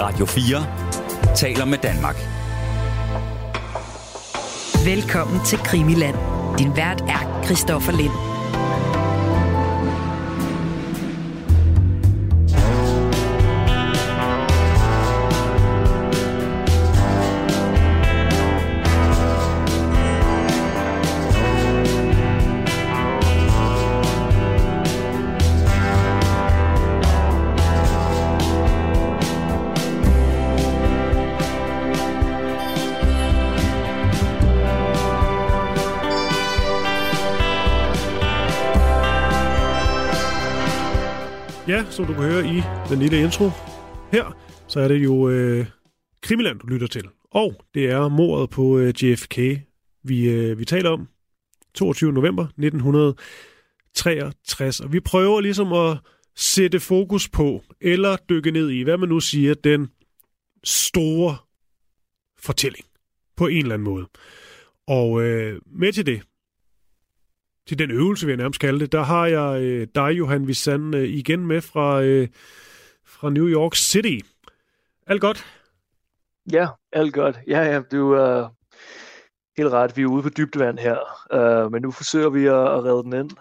Radio 4 taler med Danmark. Velkommen til Krimiland. Din vært er Christoffer Lind. Ja, som du kan høre i den lille intro her, så er det jo Krimiland, du lytter til. Og det er mordet på JFK, vi taler om. 22. november 1963. Og vi prøver ligesom at sætte fokus på, eller dykke ned i, hvad man nu siger, den store fortælling. På en eller anden måde. Og med til det, til den øvelse, vil jeg nærmest kalde det, der har jeg dig, Johan Visan, igen med fra New York City. Alt godt? Ja, alt godt. Ja, du er helt ret. Vi er ude på dybt vand her, men nu forsøger vi at redde den ind.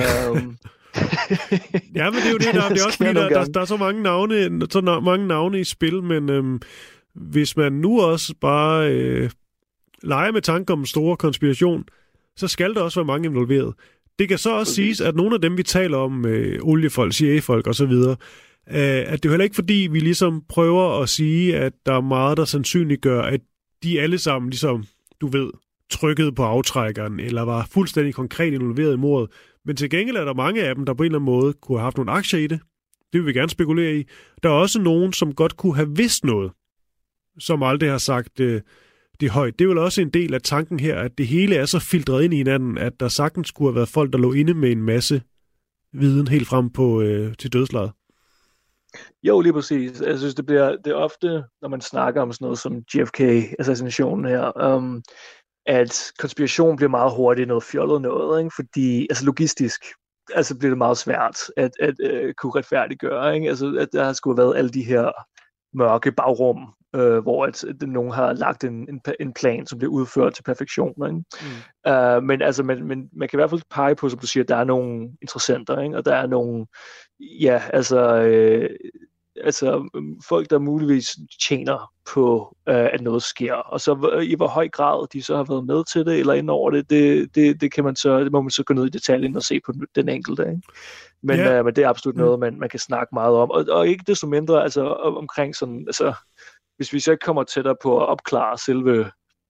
Ja, men det er jo det, det er også fordi, der er så mange navne i spil, men hvis man nu også bare leger med tanker om en stor konspiration, så skal der også være mange involveret. Det kan så også siges, at nogle af dem, vi taler om, oliefolk, CIA-folk osv., at det er heller ikke fordi, vi ligesom prøver at sige, at der er meget, der sandsynliggør, at de alle sammen, ligesom, du ved, trykkede på aftrækkeren, eller var fuldstændig konkret involveret i mordet. Men til gengæld er der mange af dem, der på en eller anden måde kunne have haft nogle aktier i det. Det vil vi gerne spekulere i. Der er også nogen, som godt kunne have vidst noget, som aldrig har sagt det højt. Det er vel også en del af tanken her, at det hele er så filtreret ind i hinanden, at der sagtens skulle have været folk, der lå inde med en masse viden helt frem på til dødslejet. Jo, lige præcis. Jeg synes, det er ofte, når man snakker om sådan noget som JFK-assassinationen her, at konspiration bliver meget hurtigt noget fjollet noget, ikke? Fordi altså logistisk, altså bliver det meget svært at kunne retfærdiggøre, ikke? Altså at der skulle have været alle de her mørke bagrum, hvor at nogen har lagt en plan, som bliver udført til perfektion, ikke? Men altså, man kan i hvert fald pege på, som du siger, at der er nogle interessenter, ikke? Og der er nogle, ja, altså folk, der muligvis tjener på, at noget sker. Og så i hvor høj grad de så har været med til det, eller ind over det kan man så, det må man så gå ned i detaljen og se på den enkelte, ikke? Men, men det er absolut noget, man kan snakke meget om. Og ikke desto mindre, altså omkring sådan, altså hvis vi så ikke kommer tættere på at opklare selve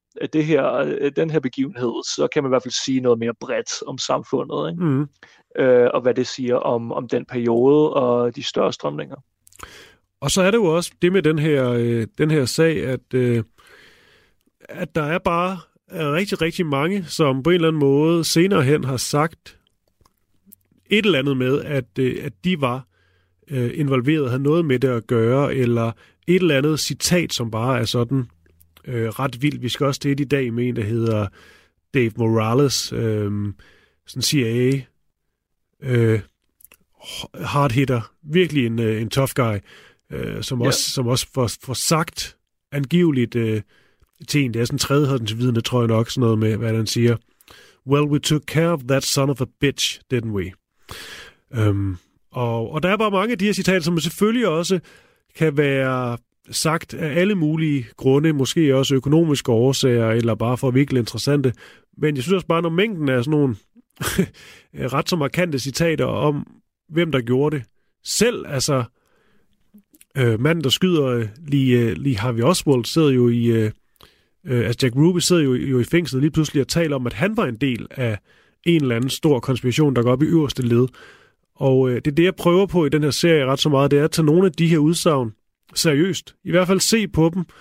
den her begivenhed, så kan man i hvert fald sige noget mere bredt om samfundet, ikke? Og hvad det siger om den periode og de større strømninger. Og så er det jo også det med den her sag, at der er bare rigtig, rigtig mange, som på en eller anden måde senere hen har sagt et eller andet med, at de var involveret, havde noget med det at gøre, eller et eller andet citat, som bare er sådan ret vildt. Vi skal også til i dag med en, der hedder Dave Morales, sådan CIA hardhitter, virkelig en tough guy, som også får sagt angiveligt til en, det er sådan tredjehåndsvidende, tror jeg nok, sådan noget med, hvad den siger. Well, we took care of that son of a bitch, didn't we? Og der er bare mange af de her citater, som selvfølgelig også kan være sagt af alle mulige grunde, måske også økonomiske årsager, eller bare for virkelig interessante. Men jeg synes også bare, når mængden af sådan nogle ret så markante citater om, hvem der gjorde det. Selv, altså, manden, der skyder lige Harvey Oswald, sidder jo i, altså Jack Ruby sidder jo i fængslet lige pludselig og taler om, at han var en del af en eller anden stor konspiration, der går op i øverste led. Og det er det, jeg prøver på i den her serie ret så meget, det er at tage nogle af de her udsagn seriøst. I hvert fald se på dem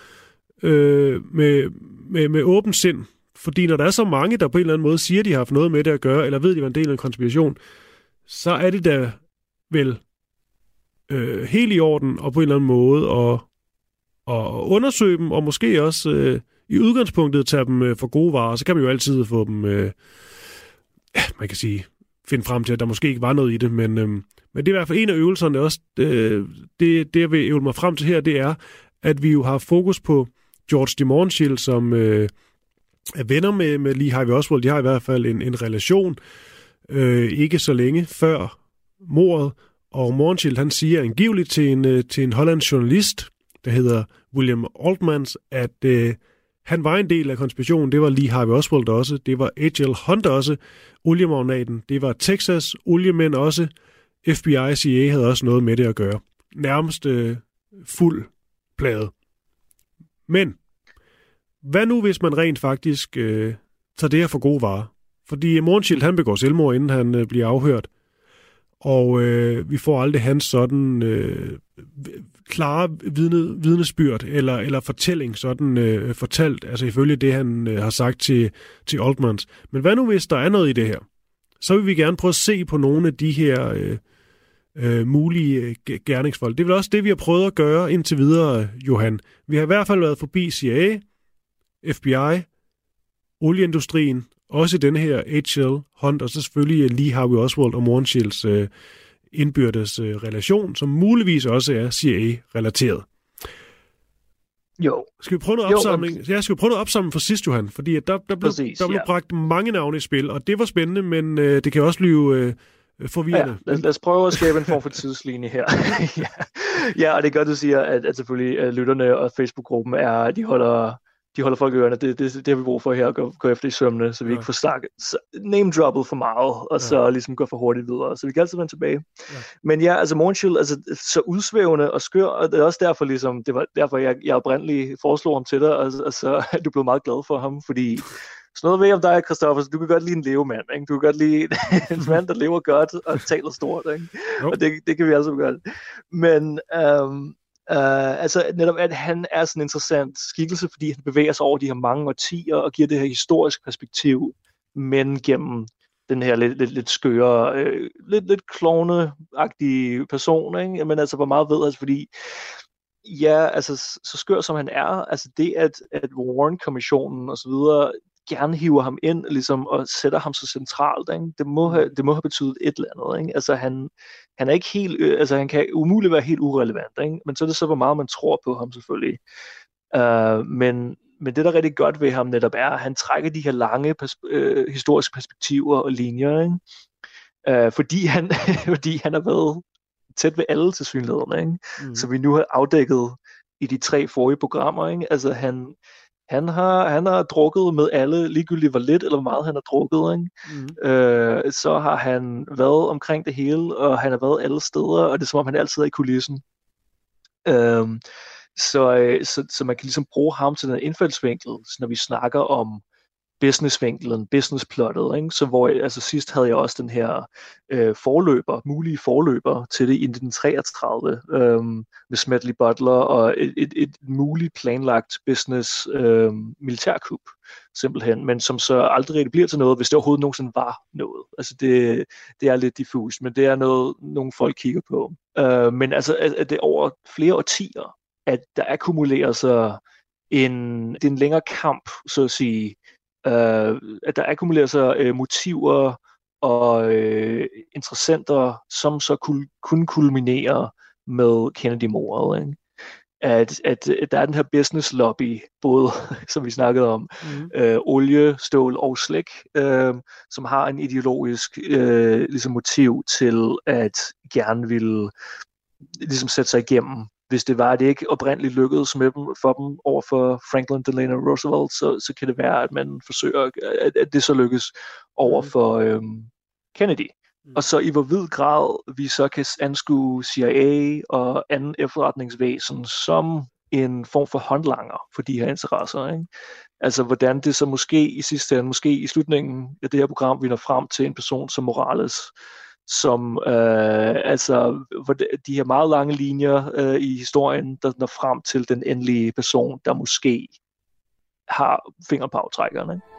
med åbent sind. Fordi når der er så mange, der på en eller anden måde siger, de har haft noget med det at gøre, eller ved, de var en del af en konspiration, så er det da vel helt i orden, og på en eller anden måde at undersøge dem, og måske også i udgangspunktet tage dem for gode varer. Så kan man jo altid få dem, man kan sige, finde frem til, at der måske ikke var noget i det, men det er i hvert fald en af øvelserne også. Det jeg vil øve mig frem til her, det er, at vi jo har fokus på George de Mohrenschildt, som er venner med Lee Harvey Oswald. De har i hvert fald en relation, ikke så længe før mordet. Og Mohrenschildt, han siger angiveligt til en hollandsk journalist, der hedder William Altmans, at han var en del af konspirationen. Det var Lee Harvey Oswald også. Det var H.L. Hunt også, oliemagnaten. Det var Texas oliemænd også. FBI og CIA havde også noget med det at gøre. Nærmest fuld plade. Men hvad nu, hvis man rent faktisk tager det her for gode varer? Fordi Mohrenschildt, han begår selvmord, inden han bliver afhørt. Og vi får aldrig hans sådan klare vidnesbyrd eller fortælling sådan fortalt, altså ifølge det, han har sagt til Altmans. Men hvad nu, hvis der er noget i det her? Så vil vi gerne prøve at se på nogle af de her mulige gerningsfolk. Det er vel også det, vi har prøvet at gøre indtil videre, Johan. Vi har i hvert fald været forbi CIA, FBI, olieindustrien, også den her H.L. Hunt, og så selvfølgelig Lee Harvey Oswald og Mohrenschildts indbyrdes relation, som muligvis også er CIA-relateret. Jo. Skal vi prøve noget opsamling? Ja, skal vi prøve noget opsamling for sidst, Johan? Fordi der blev bragt mange navne i spil, og det var spændende, men det kan også blive forvirrende. Ja, lad os prøve at skabe en form for tidslinje her. Ja, og det er godt, du siger, at selvfølgelig lytterne og Facebook-gruppen de holder folk i ørerne. Det har vi brug for her at gå efter i sømne, så vi ikke får name-droppet for meget, og så ligesom går for hurtigt videre. Så vi kan altid vende tilbage. Ja. Men ja, altså Mohrenschildt, så udsvævende og skør, og det er også derfor, ligesom, det var derfor, jeg oprindeligt foreslog ham til dig, og så er du blevet meget glad for ham, fordi sådan noget ved om dig, Christoffer, du kan godt lide en levemand, ikke? Du kan godt lide en mand, der lever godt og taler stort, ikke? Og det kan vi altså godt. Men altså netop, at han er sådan en interessant skikkelse, fordi han bevæger sig over de her mange årtier og giver det her historisk perspektiv, men gennem den her lidt skøre, lidt klovne-agtige person, ikke? Men altså, hvor meget ved han, fordi ja, altså, så skør som han er, altså det, at Warren-kommissionen og så videre gerne hiver ham ind, ligesom, og sætter ham så centralt, ikke? Det må have betydet et eller andet, ikke? Altså han er ikke helt, altså han kan umuligt være helt urelevant, ikke? Men så er det så, hvor meget man tror på ham selvfølgelig. Men det, der er rigtig godt ved ham netop er, at han trækker de her lange historiske perspektiver og linjer, ikke? Fordi han har været tæt ved alle tilsyneladende, ikke? Så vi nu har afdækket i de 3 forrige programmer, ikke? Altså han har drukket med alle, ligegyldigt hvor lidt eller hvor meget han har drukket, ikke? Så har han været omkring det hele, og han har været alle steder, og det er som om han altid er i kulissen. Så man kan ligesom bruge ham til den indfaldsvinkel, når vi snakker om businessvinkelen, businessplottet, ikke? Så hvor altså sidst havde jeg også den her mulige forløber til det i 1933 med Smedley Butler og et muligt planlagt business militærkup simpelthen, men som så aldrig rigtig bliver til noget, hvis det overhovedet nogensinde var noget. Altså det er lidt diffust, men det er noget, nogle folk kigger på. Men altså at det er over flere årtier, at der akkumulerer sig det er en længere kamp, så at sige, at der akkumulerer sig motiver og interessenter, som så kunne kulminere med Kennedy-mordet, ikke? At der er den her business lobby, både som vi snakkede om, olie, stål og slik, som har en ideologisk ligesom motiv til at gerne ville ligesom sætte sig igennem. Hvis det var, at det ikke oprindeligt lykkedes for dem over for Franklin Delano Roosevelt, så kan det være, at man forsøger, at det så lykkes over for Kennedy. Og så i hvor vid grad vi så kan anskue CIA og anden efterretningsvæsen som en form for håndlanger for de her interesser, ikke? Altså hvordan det så måske i sidste ende, måske i slutningen af det her program, vi når frem til en person som Morales, som altså de her meget lange linjer i historien, der når frem til den endelige person, der måske har fingeren på aftrækkerne, ikke?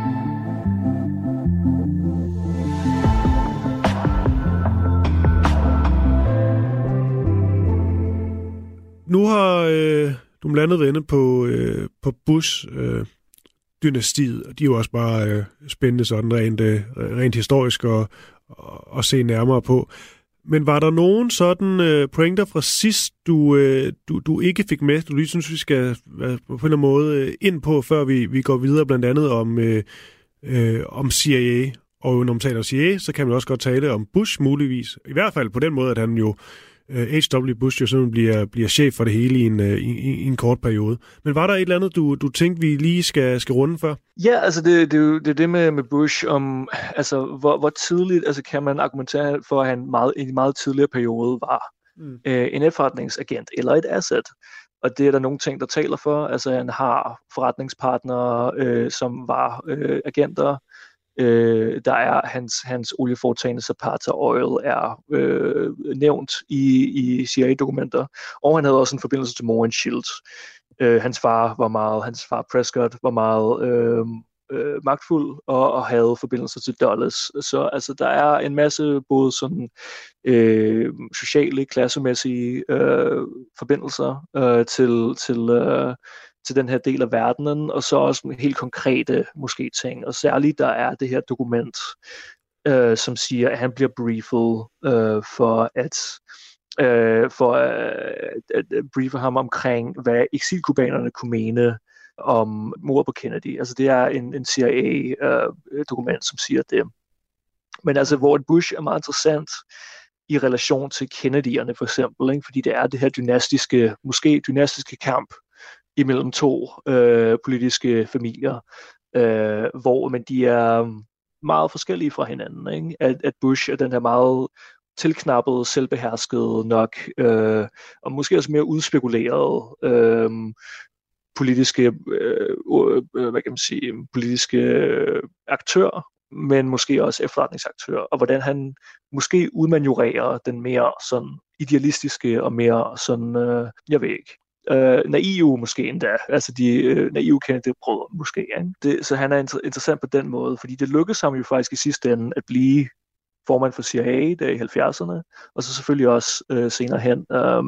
Nu har du blandt andet været inde på Bush-dynastiet, og de er jo også bare spændende sådan rent historisk at se nærmere på. Men var der nogen sådan pointer fra sidst, du ikke fik med, du lige synes, vi skal på en eller anden måde ind på, før vi går videre, blandt andet om CIA? Og når man taler om CIA, så kan man også godt tale om Bush muligvis. I hvert fald på den måde, at han jo, H.W. Bush jo simpelthen bliver chef for det hele i en kort periode. Men var der et eller andet, du tænkte, vi lige skal runde før? Ja, altså det med Bush, om altså hvor tidligt altså kan man argumentere for, at han i en meget tidligere periode var en efterretningsagent eller et asset. Og det er der nogle ting, der taler for. Altså han har forretningspartnere, som var agenter. Der er hans olieforetagende Zapata Oil er nævnt i CIA-dokumenter, og han havde også en forbindelse til Moore & Shields. Hans far Prescott var meget magtfuld og havde forbindelser til Dulles. Så altså der er en masse både sådan sociale, klassemæssige forbindelser til den her del af verdenen, og så også helt konkrete måske ting. Og særligt der er det her dokument, som siger, at han bliver briefet for at briefe ham omkring, hvad eksilkubanerne kunne mene om mord på Kennedy. Altså det er en CIA-dokument, som siger det. Men altså, hvor Bush er meget interessant i relation til Kennedy'erne for eksempel, ikke? Fordi det er det her dynastiske kamp imellem to politiske familier, men de er meget forskellige fra hinanden. Ikke? At Bush er den her meget tilknappede, selvbeherskede nok, og måske også mere udspekuleret politiske aktør, men måske også efterretningsaktør, og hvordan han måske udmanøvrerer den mere sådan idealistiske og mere sådan, jeg ved ikke, naive måske endda, altså de naive Kennedy-brødre måske. Ikke? Så han er interessant på den måde, fordi det lykkedes ham jo faktisk i sidste ende at blive formand for CIA der i 70'erne, og så selvfølgelig også senere hen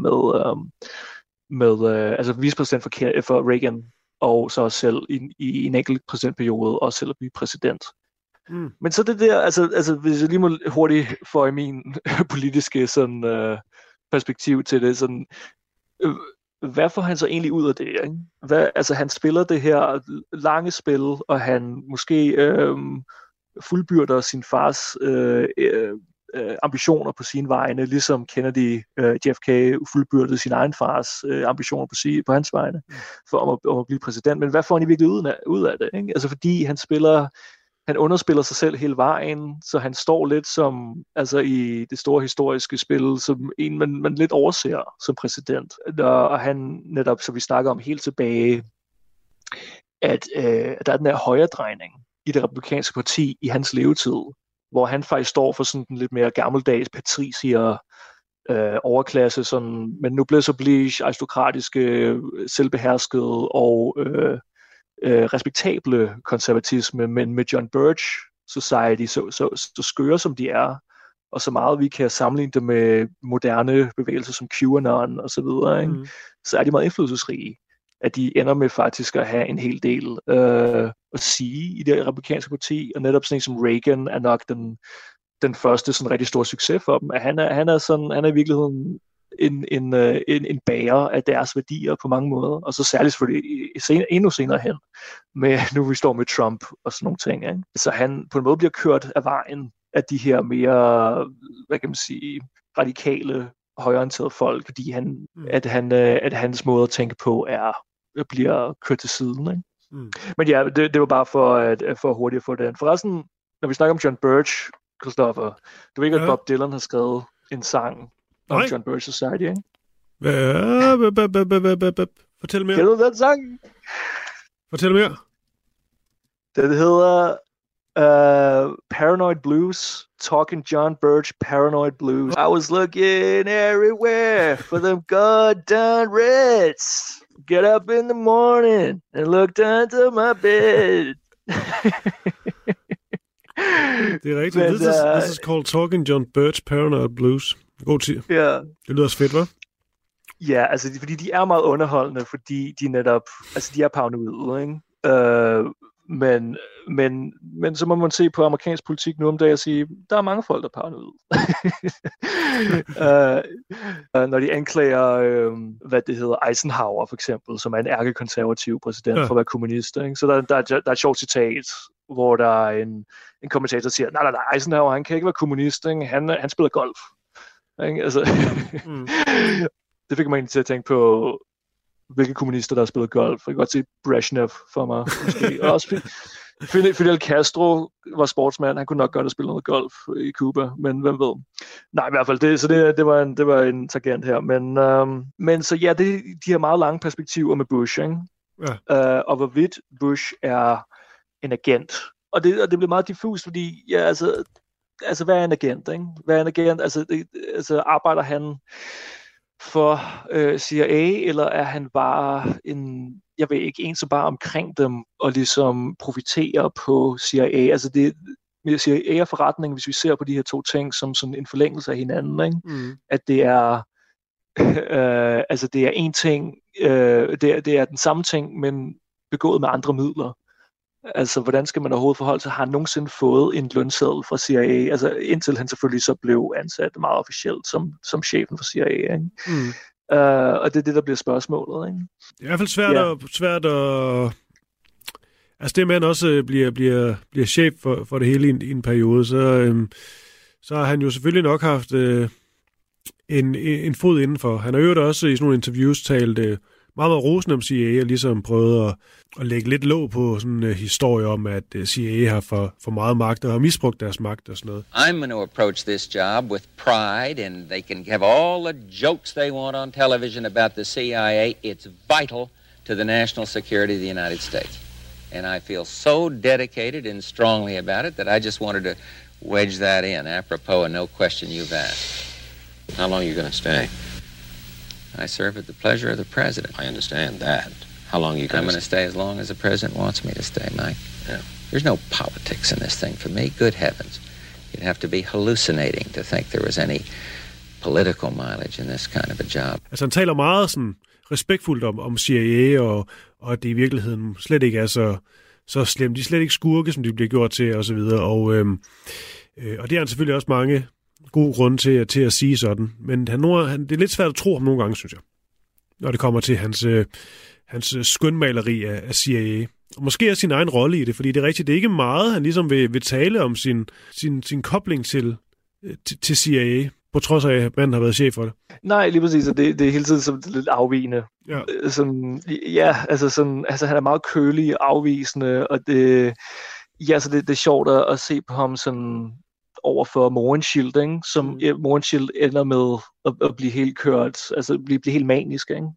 med altså vicepræsident for Reagan, og så også selv i en enkelt præsidentperiode også selv at blive præsident. Men så det der, altså hvis jeg lige må hurtigt få i min politiske sådan, perspektiv til det, sådan, hvad får han så egentlig ud af det? Ikke? Altså han spiller det her lange spil, og han måske fuldbyrder sin fars ambitioner på sine vegne, ligesom Kennedy, JFK fuldbyrdede sin egen fars ambitioner på hans vegne, for om at blive præsident. Men hvad får han i virkeligheden ud af det? Ikke? Altså fordi han underspiller sig selv hele vejen, så han står lidt som, altså i det store historiske spil, som en, man lidt overser som præsident. Og han netop, så vi snakker om helt tilbage, at der er den her højredrejning i det republikanske parti i hans levetid, hvor han faktisk står for sådan en lidt mere gammeldags patricier, overklasse, sådan, men noblesse oblige, aristokratiske, selvbeherskede og respektable konservatisme, men med John Birch Society, så skøre som de er, og så meget vi kan sammenligne det med moderne bevægelser som QAnon og så videre, ikke? Så er de meget indflydelsesrige, at de ender med faktisk at have en hel del at sige i det republikanske parti, og netop sådan en som Reagan er nok den første sådan rigtig store succes for dem, at han er i virkeligheden en bærer af deres værdier på mange måder, og så særligt selvfølgelig endnu senere hen, med nu vi står med Trump og sådan nogle ting. Ikke? Så han på en måde bliver kørt af vejen af de her mere, hvad kan man sige, radikale, højreorienterede folk, fordi at hans måde at tænke på bliver kørt til siden. Ikke? Men ja, det var bare for hurtigt at få den. Forresten, når vi snakker om John Birch, Christoffer, du ved ikke, at Bob Dylan har skrevet en sang om John Birch Society, ikke? Fortæl mere. Kender du den sang? Fortæl mere. Den hedder Paranoid Blues, Talking John Birch Paranoid Blues. I was looking everywhere for them goddamn Reds. Get up in the morning and look down to my bed. Det er rigtigt. This is called Talking John Birch Paranoid Blues. God tid. Yeah. Det lyder også fedt, hva'? Ja, altså fordi de er meget underholdende, fordi de netop, altså de er paranoide, ikke? Men så må man se på amerikansk politik nu om dagen og sige, der er mange folk, der er paranoid. Når de anklager, Eisenhower for eksempel, som er en ærkekonservativ præsident for at være kommunist. Ikke? Så der er et sjovt citat, hvor der er en kommentator, der siger, nej, Eisenhower, han kan ikke være kommunist, ikke? Han spiller golf. Ikke? Altså, det fik mig egentlig til at tænke på, hvilke kommunister, der har spillet golf. Jeg kan godt se Brezhnev for mig, måske. Og også Fidel Castro var sportsmand. Han kunne nok godt have spillet noget golf i Cuba, men hvem ved? Nej, i hvert fald, det var en tangent her. Men så ja, de har meget lange perspektiver med Bush, ikke? Ja. Og hvorvidt Bush er en agent. Og det bliver meget diffust, fordi, ja, altså hvad er en agent, ikke? Hvad er en agent? Altså arbejder han for CIA, eller er han bare en som bare omkring dem, og ligesom profiterer på CIA? Altså med CIA og forretning, hvis vi ser på de her to ting som sådan en forlængelse af hinanden, ikke? At det er det er en ting, det er den samme ting, men begået med andre midler. Altså, hvordan skal man overhovedet forholde sig? Har han nogensinde fået en lønseddel fra CIA? Altså, indtil han selvfølgelig så blev ansat meget officielt som chefen for CIA, ikke? Og det er det, der bliver spørgsmålet, ikke? Det er i hvert fald svært at... Altså, det med, at han også bliver chef for det hele i en periode, så har han jo selvfølgelig nok haft en fod indenfor. Han har jo også i sådan nogle interviews talt meget rosende om CIA, og ligesom prøvet at lægge lidt låg på sådan en historie om, at CIA har for meget magt og har misbrugt deres magt og sådan noget. I'm going to approach this job with pride, and they can have all the jokes they want on television about the CIA. It's vital to the national security of the United States. And I feel so dedicated and strongly about it that I just wanted to wedge that in, apropos of no question you've asked. How long are you going to stay? I serve at the pleasure of the president. I understand that. How long are you going to stay? As long as the president wants me to stay, Mike. Yeah. There's no politics in this thing for me. Good heavens. You'd have to be hallucinating to think there was any political mileage in this kind of a job. Altså han taler meget sådan respektfuldt om CIA, og at det i virkeligheden slet ikke er så slemt. De er slet ikke skurke, som de bliver gjort til, og så videre. Og det er han selvfølgelig også mange gode grunde til at sige sådan. Men det er lidt svært at tro ham nogle gange, synes jeg, når det kommer til hans skønmaleri af CIA. Og måske er sin egen rolle i det, fordi det er rigtigt, det er ikke meget, han ligesom vil tale om sin kobling til CIA, på trods af, at manden har været chef for det. Nej, lige præcis, og det er hele tiden som lidt afvigende. Ja. Han er meget kølig og afvisende, og det er sjovt at se på ham sådan overfor Mohrenschildt, ikke? Som Mohrenschildt ender med at blive helt kørt, altså blive helt manisk, ikke?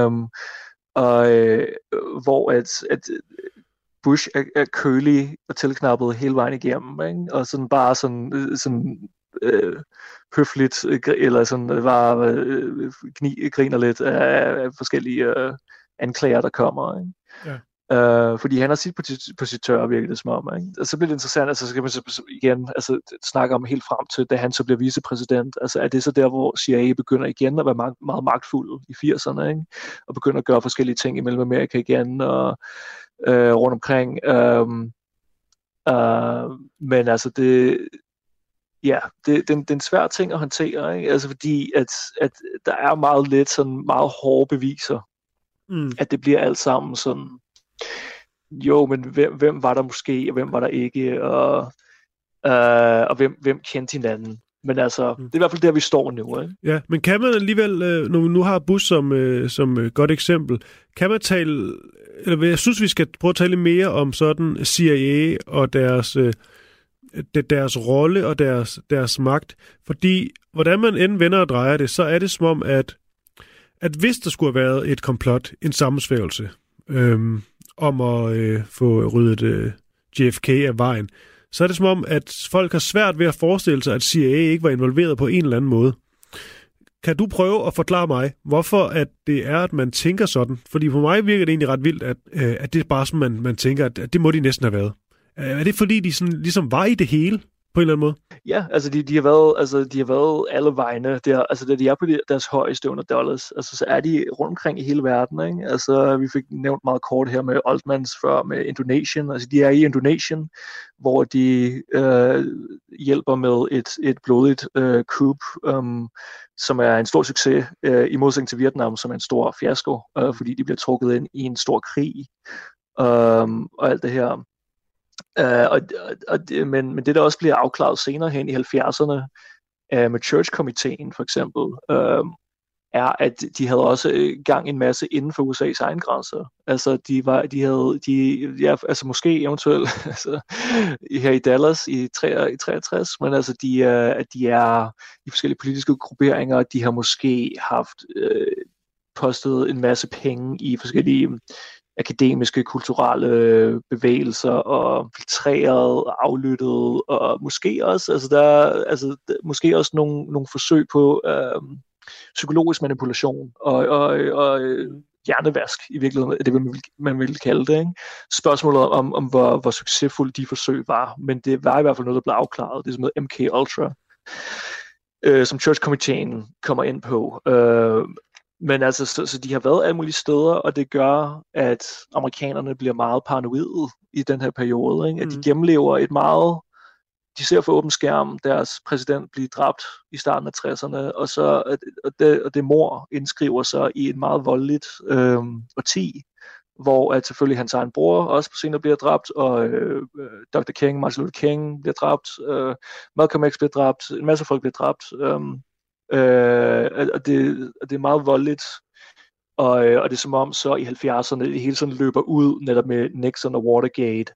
Hvor at Bush er kølig og tilknappet hele vejen igennem, ikke? Og sådan bare sådan høfligt, eller sådan bare griner lidt af forskellige anklager, der kommer, ikke? Ja. Fordi han har sit på sit tørre, virker det som om, ikke? Og så bliver det interessant, altså så kan man så igen snakke om helt frem til, da han så bliver vicepræsident. Altså er det så der, hvor CIA begynder igen at være meget magtfuld i 80'erne, ikke? Og begynder at gøre forskellige ting i Mellemamerika igen og rundt omkring. Men altså det er en svær ting at håndtere, ikke? Altså fordi at der er meget lidt sådan meget hårde beviser, at det bliver alt sammen sådan. Jo, men hvem var der måske, og hvem var der ikke, og hvem kendte hinanden. Men altså, det er i hvert fald der, vi står nu, ikke? Ja, men kan man alligevel, når vi nu har Bush som godt eksempel, kan man tale, eller jeg synes, vi skal prøve at tale mere om sådan CIA og deres rolle og deres magt, fordi hvordan man end vender og drejer det, så er det som om, at hvis der skulle have været et komplot, en sammensværgelse, om at få ryddet JFK af vejen, så er det som om, at folk har svært ved at forestille sig, at CIA ikke var involveret på en eller anden måde. Kan du prøve at forklare mig, hvorfor at det er, at man tænker sådan? Fordi for mig virker det egentlig ret vildt, at det er bare som man tænker, at det må de næsten have været. Er det fordi, de sådan, ligesom var i det hele på på en eller anden måde? Ja, altså de har været alle vegne der. Altså da de er på deres højeste under Dulles, altså så er de rundt omkring i hele verden, ikke? Altså vi fik nævnt meget kort her med Altmans før med Indonesien. Altså de er i Indonesien, hvor de hjælper med et blodigt coup, som er en stor succes i modsætning til Vietnam, som er en stor fiasko, fordi de bliver trukket ind i en stor krig og alt det her. Men det der også bliver afklaret senere hen i 70'erne med Church-komiteen for eksempel, er, at de havde også gang en masse inden for USA's egen grænser. Altså altså måske eventuelt altså, her i Dallas i 63, men altså de er i forskellige politiske grupperinger. De har måske haft postet en masse penge i forskellige akademiske, kulturelle bevægelser og filtreret og aflyttet, og måske også, måske også nogle forsøg på psykologisk manipulation og hjernevask i virkeligheden, det vil man vil kalde det. Ikke? Spørgsmålet om hvor succesfulde de forsøg var, men det var i hvert fald noget, der blev afklaret. Det er som MK Ultra, som Church-komiteen kommer ind på. Men altså, så de har været alle mulige steder, og det gør, at amerikanerne bliver meget paranoide i den her periode. Ikke? At de gennemlever de ser for åben skærm deres præsident blive dræbt i starten af 60'erne, og det mord indskriver sig i et meget voldeligt årti, hvor at selvfølgelig hans egen bror også på senere bliver dræbt, og Dr. King, Martin Luther King bliver dræbt, Malcolm X bliver dræbt, en masse folk bliver dræbt, og det er meget voldeligt, og det er som om så i 70'erne det hele sådan løber ud netop med Nixon og Watergate,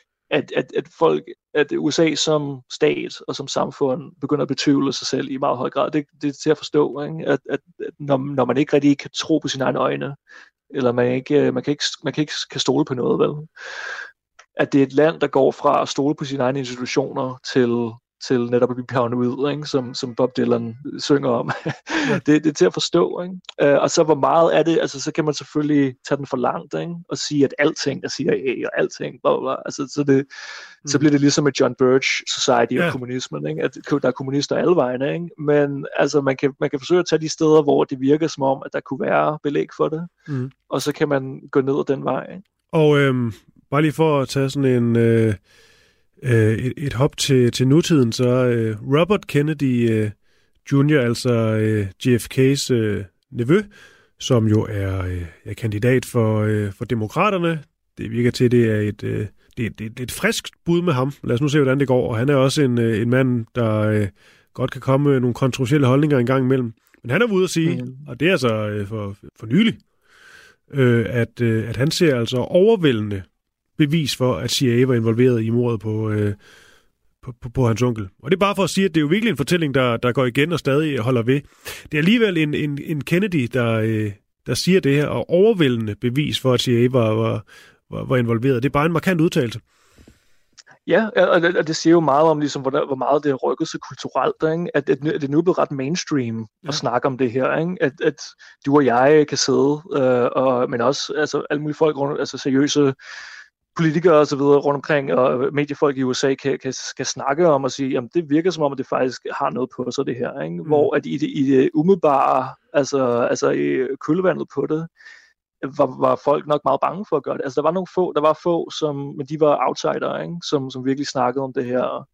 at USA som stat og som samfund begynder at betvivle sig selv i meget høj grad. Det er til at forstå, ikke? At når man ikke rigtig kan tro på sine egne øjne, eller man kan ikke stole på noget, vel? At det er et land, der går fra at stole på sine egne institutioner til netop at blive paranoid, ikke? Som Bob Dylan synger om. Ja. det er til at forstå, ikke? Og så hvor meget er det, altså så kan man selvfølgelig tage den for langt, ikke? Og sige, at alting er CIA, og alting, bla bla. Altså, så bliver det ligesom med John Birch Society og kommunismen, ikke? At der er kommunister alle vegne, ikke? Men altså, man kan forsøge at tage de steder, hvor det virker som om, at der kunne være belæg for det, og så kan man gå ned ad den vej, ikke? Og bare lige for at tage sådan en et hop til nutiden, så Robert Kennedy Jr., altså JFK's nevø, som jo er kandidat for demokraterne. Det virker til, det er et frisk bud med ham. Lad os nu se, hvordan det går. Og han er også en mand, der godt kan komme med nogle kontroversielle holdninger en gang imellem. Men han er ude at sige, og det er altså for nylig, at han ser altså overvældende bevis for, at CIA var involveret i mordet på hans onkel. Og det er bare for at sige, at det er jo virkelig en fortælling, der går igen og stadig holder ved. Det er alligevel en Kennedy, der siger det her, og overvældende bevis for, at CIA var involveret. Det er bare en markant udtalelse. Ja, og det siger jo meget om, ligesom, hvor meget det har rykket sig kulturelt, ikke? At det nu er blevet ret mainstream at snakke om det her, ikke? At du og jeg kan sidde, men også altså, alle mulige folk, altså seriøse politikere og så videre rundt omkring, og mediefolk i USA kan snakke om og sige, jamen det virker som om, at det faktisk har noget på sig, det her, ikke? Hvor at i det umiddelbare, altså i kølvandet på det, var folk nok meget bange for at gøre det. Altså der var få, men de var outsider, ikke? Som virkelig snakkede om det her.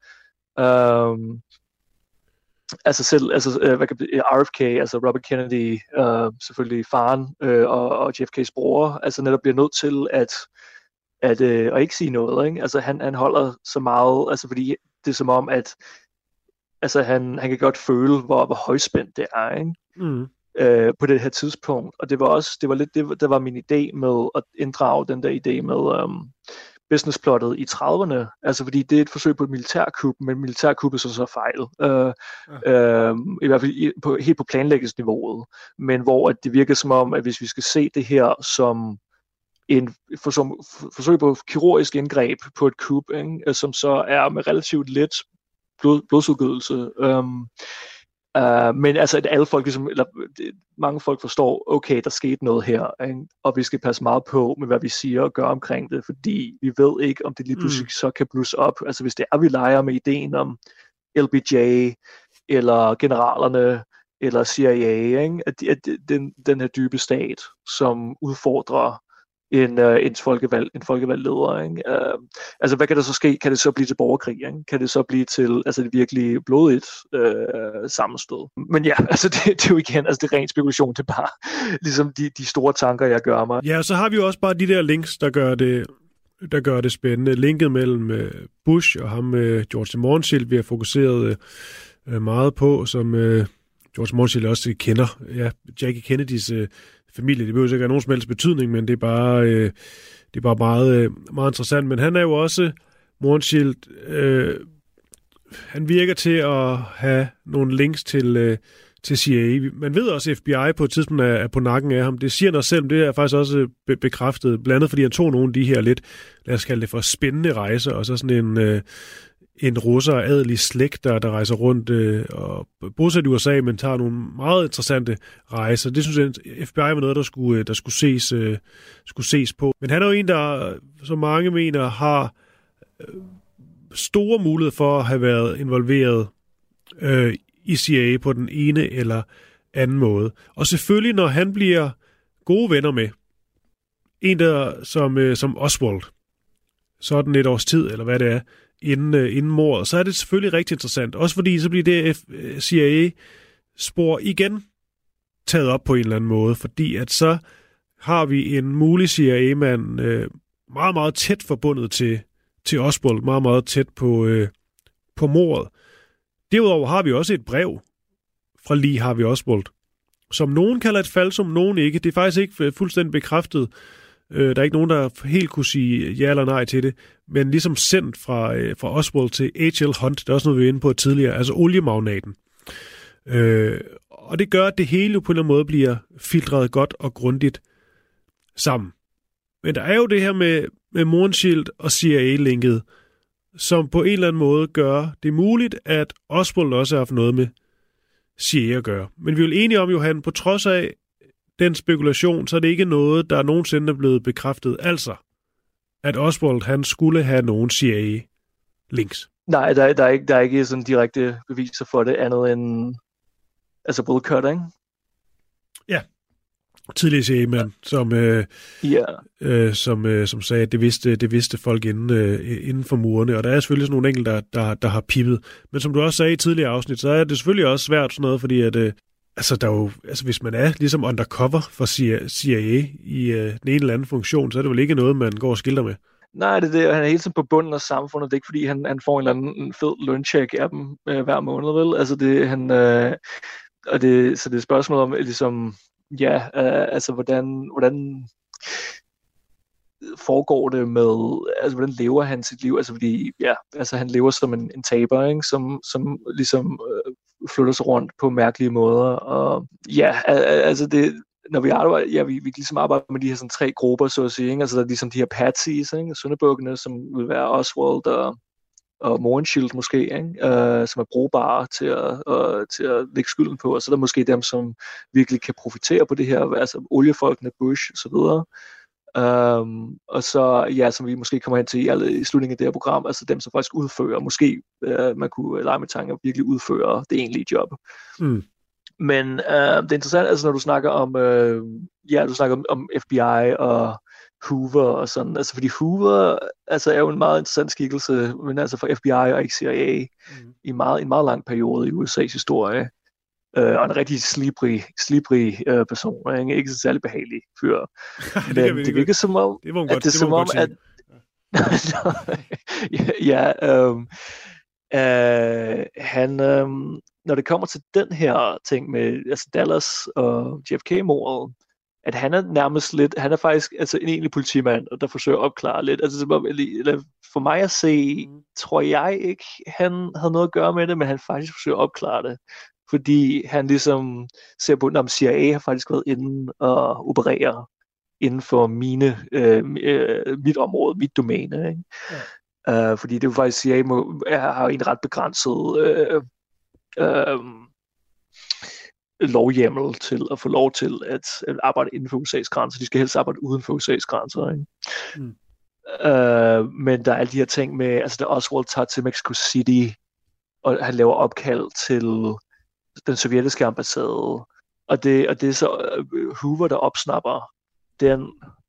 RFK, altså Robert Kennedy, selvfølgelig faren og JFK's bror, altså netop bliver nødt til at ikke sige noget, ikke? Altså han holder så meget, altså fordi det er som om, at altså han kan godt føle, hvor højspændt det er, ikke? På det her tidspunkt. Og det var lidt det, der var min idé med at inddrage den der idé med businessplottet i 30'erne. Altså fordi det er et forsøg på et militærkup, men militærkuppet så fejl. I hvert fald helt på planlægningsniveauet. Men hvor at det virker som om, at hvis vi skal se det her som forsøg på kirurgisk indgreb på et kup, ikke? Som så er med relativt let blodsudgydelse, Men altså, at alle folk, ligesom, eller mange folk forstår, okay, der skete noget her, ikke? Og vi skal passe meget på med, hvad vi siger og gør omkring det, fordi vi ved ikke, om det lige pludselig så kan blusse op. Altså, hvis det er, vi leger med ideen om LBJ, eller generalerne, eller CIA, ikke? At den her dybe stat, som udfordrer en folkevalgt leder, ikke? Altså, hvad kan der så ske? Kan det så blive til borgerkrig? Ikke? Kan det så blive til det virkelig blodigt sammenstød? Men ja, altså det er jo igen, altså det er ren spekulation, det er bare ligesom de store tanker, jeg gør mig. Ja, så har vi jo også bare de der links, der gør det spændende. Linket mellem Bush og ham, George Morenshield, vi har fokuseret meget på, som George Morenshield også kender. Ja, Jackie Kennedys familie, det behøver ikke have nogen som helst betydning, men det er bare meget, meget interessant. Men han er jo også, Morenshield, han virker til at have nogle links til CIA. Man ved også, at FBI på et tidspunkt er på nakken af ham. Det siger han også selv, det er faktisk også bekræftet, blandt andet fordi han tog nogle af de her lidt, lad os kalde det for spændende rejser, og så sådan en russer adelig slægt, der rejser rundt og bosat i USA, men tager nogle meget interessante rejser. Det synes jeg, FBI var noget, der skulle ses på. Men han er jo en, der, som mange mener, har store muligheder for at have været involveret i CIA på den ene eller anden måde. Og selvfølgelig, når han bliver gode venner med en, der som Oswald, sådan et års tid, eller hvad det er, inden mordet, så er det selvfølgelig rigtig interessant. Også fordi så bliver det CIA-spor igen taget op på en eller anden måde, fordi at så har vi en mulig CIA-mand meget, meget tæt forbundet til Oswald, meget, meget tæt på mordet. Derudover har vi også et brev fra Lee Harvey Oswald, som nogen kalder et falsum, nogen ikke. Det er faktisk ikke fuldstændig bekræftet. Der er ikke nogen, der helt kunne sige ja eller nej til det, men ligesom sendt fra Oswald til H.L. Hunt, det er også noget, vi var inde på tidligere, altså oliemagnaten. Og det gør, at det hele på en eller anden måde bliver filtreret godt og grundigt sammen. Men der er jo det her med Morenshield og CIA-linket, som på en eller anden måde gør det muligt, at Oswald også har haft noget med CIA at gøre. Men vi er jo enige om, Johan, på trods af den spekulation, så er det ikke noget, der nogensinde er blevet bekræftet. Altså, at Oswald, han skulle have nogen CIA-links. Nej, der er ikke sådan direkte beviser for det, andet end altså Bullcutt, ikke? Ja. Tidligere CIA-mand, som sagde, at det vidste folk inden for murene. Og der er selvfølgelig sådan nogle enkelte, der har pippet. Men som du også sagde i tidligere afsnit, så er det selvfølgelig også svært sådan noget, fordi at der er jo, hvis man er ligesom undercover for CIA i den ene eller anden funktion, så er det vel ikke noget, man går og skilter med. Nej, det er det. Han er hele tiden på bunden af samfundet. Det er ikke, fordi han får en eller anden fed løncheck af dem hver måned, vel? Altså, så det er spørgsmål om, ligesom, ja, altså, hvordan foregår det med, altså, hvordan lever han sit liv? Altså, fordi, ja, altså, han lever som en taber, ikke? Som ligesom flytter sig rundt på mærkelige måder. Og ja, altså, det, når vi arbejder, ja, vi ligesom arbejder med de her sådan 3 grupper, så at sige, ikke? Altså, der er ligesom de her patsies, ikke? Syndebukkene, som vil være Oswald og Morenshield måske, ikke? Som er brugbare til at lægge skylden på, og så er der måske dem, som virkelig kan profitere på det her, altså oliefolkene, Bush og så videre. Og så, ja, som vi måske kommer hen til i slutningen af det her program, altså dem, som faktisk udfører, måske man kunne lege med tanker, virkelig udfører det egentlige job. Mm. Men det er interessant, altså når du snakker om FBI og Hoover og sådan, altså fordi Hoover altså er jo en meget interessant skikkelse, men altså for FBI og ikke CIA i en meget lang periode i USA's historie. Og en rigtig slibrig person, ikke så særlig behagelig fyr. Men det virker som om, han, når det kommer til den her ting med altså Dallas og JFK-mordet, at han er nærmest lidt, han er faktisk altså en egentlig politimand, og der forsøger at opklare lidt. Altså for mig at se, tror jeg ikke, han havde noget at gøre med det, men han faktisk forsøger at opklare det. Fordi han ligesom ser på, at CIA har faktisk været inde og operere inden for mit område, mit domæne. Ikke? Ja. Fordi det er jo faktisk, CIA har en ret begrænset lovhjemmel til at få lov til at arbejde inden for USA's grænser. De skal helst arbejde uden for USA's grænser. Ikke? Men der er alle de her ting med, altså da Oswald tager til Mexico City, og han laver opkald til den sovjetiske ambassade, og det er så Hoover, der opsnapper den,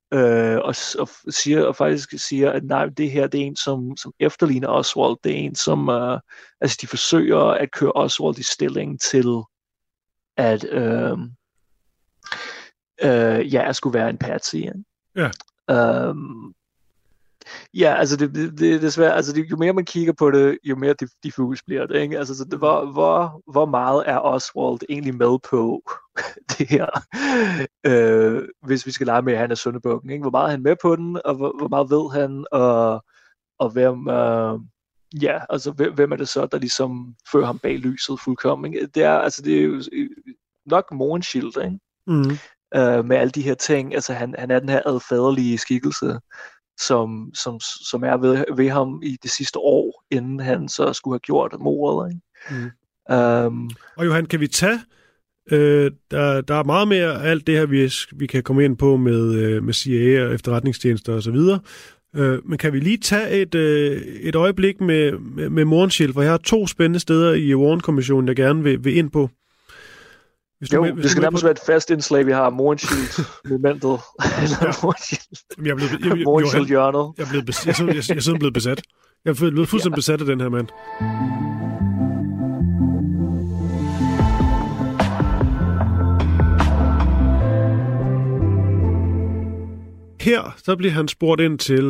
og faktisk siger, at nej, det her det er en, som efterligner Oswald. Det er en, som altså de forsøger at køre Oswald i stilling til at jeg skulle være en patsy. Ja. Ja, altså det er svært. Altså jo mere man kigger på det, jo mere diffus bliver det, ikke? Altså så det, hvor meget er Oswald egentlig med på det her? Hvis vi skal lege med, at han er syndebukken, ikke? Hvor meget er han med på den, og hvor meget ved han, og hvem altså hvem er det så, der ligesom fører ham bag lyset fuldkommen, ikke? Det er jo nok Mohrenschildt, ikke? Med alle de her ting. Altså han er den her adfaderlige skikkelse, som er ved ham i det sidste år, inden han så skulle have gjort mordet. Ikke? Og Johan, kan vi tage der er meget mere af alt det her, vi kan komme ind på med CIA og efterretningstjenester og så videre. Men kan vi lige tage et øjeblik med Mohrenschildt, for jeg har 2 spændende steder i Warren-kommissionen, jeg gerne vil ind på. Det skal nærmest være et fast indslag, vi har Mohrenschildt-momentet. Mohrenschildt-hjørnet. Jeg er sådan blevet besat. Jeg er blevet fuldstændig besat af den her mand. Her, så bliver han spurgt ind til...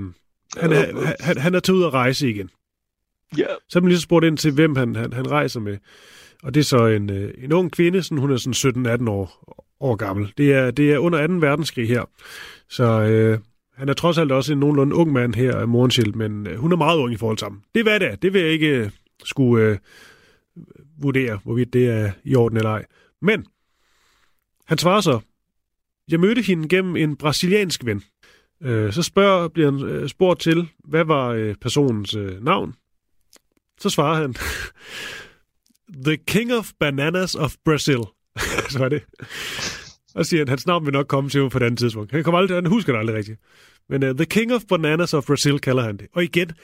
han er taget ud at rejse igen. Yeah. Så bliver han lige spurgt ind til, hvem han rejser med. Og det er så en ung kvinde, sådan, hun er sådan 17-18 år gammel. Det er under 2. verdenskrig her. Så han er trods alt også en nogenlunde ung mand her, Mohrenschildt, men hun er meget ung i forhold til ham. Det er hvad det er. Det vil jeg ikke skulle vurdere, hvorvidt det er i orden eller ej. Men han svarer så, jeg mødte hende gennem en brasiliansk ven. Så bliver han spurgt til, hvad var personens navn? Så svarer han... The King of Bananas of Brazil. Så var det. Og siger, at hans navn vil nok komme til på et andet tidspunkt. Han husker det aldrig rigtigt. Men The King of Bananas of Brazil kalder han det. Og igen,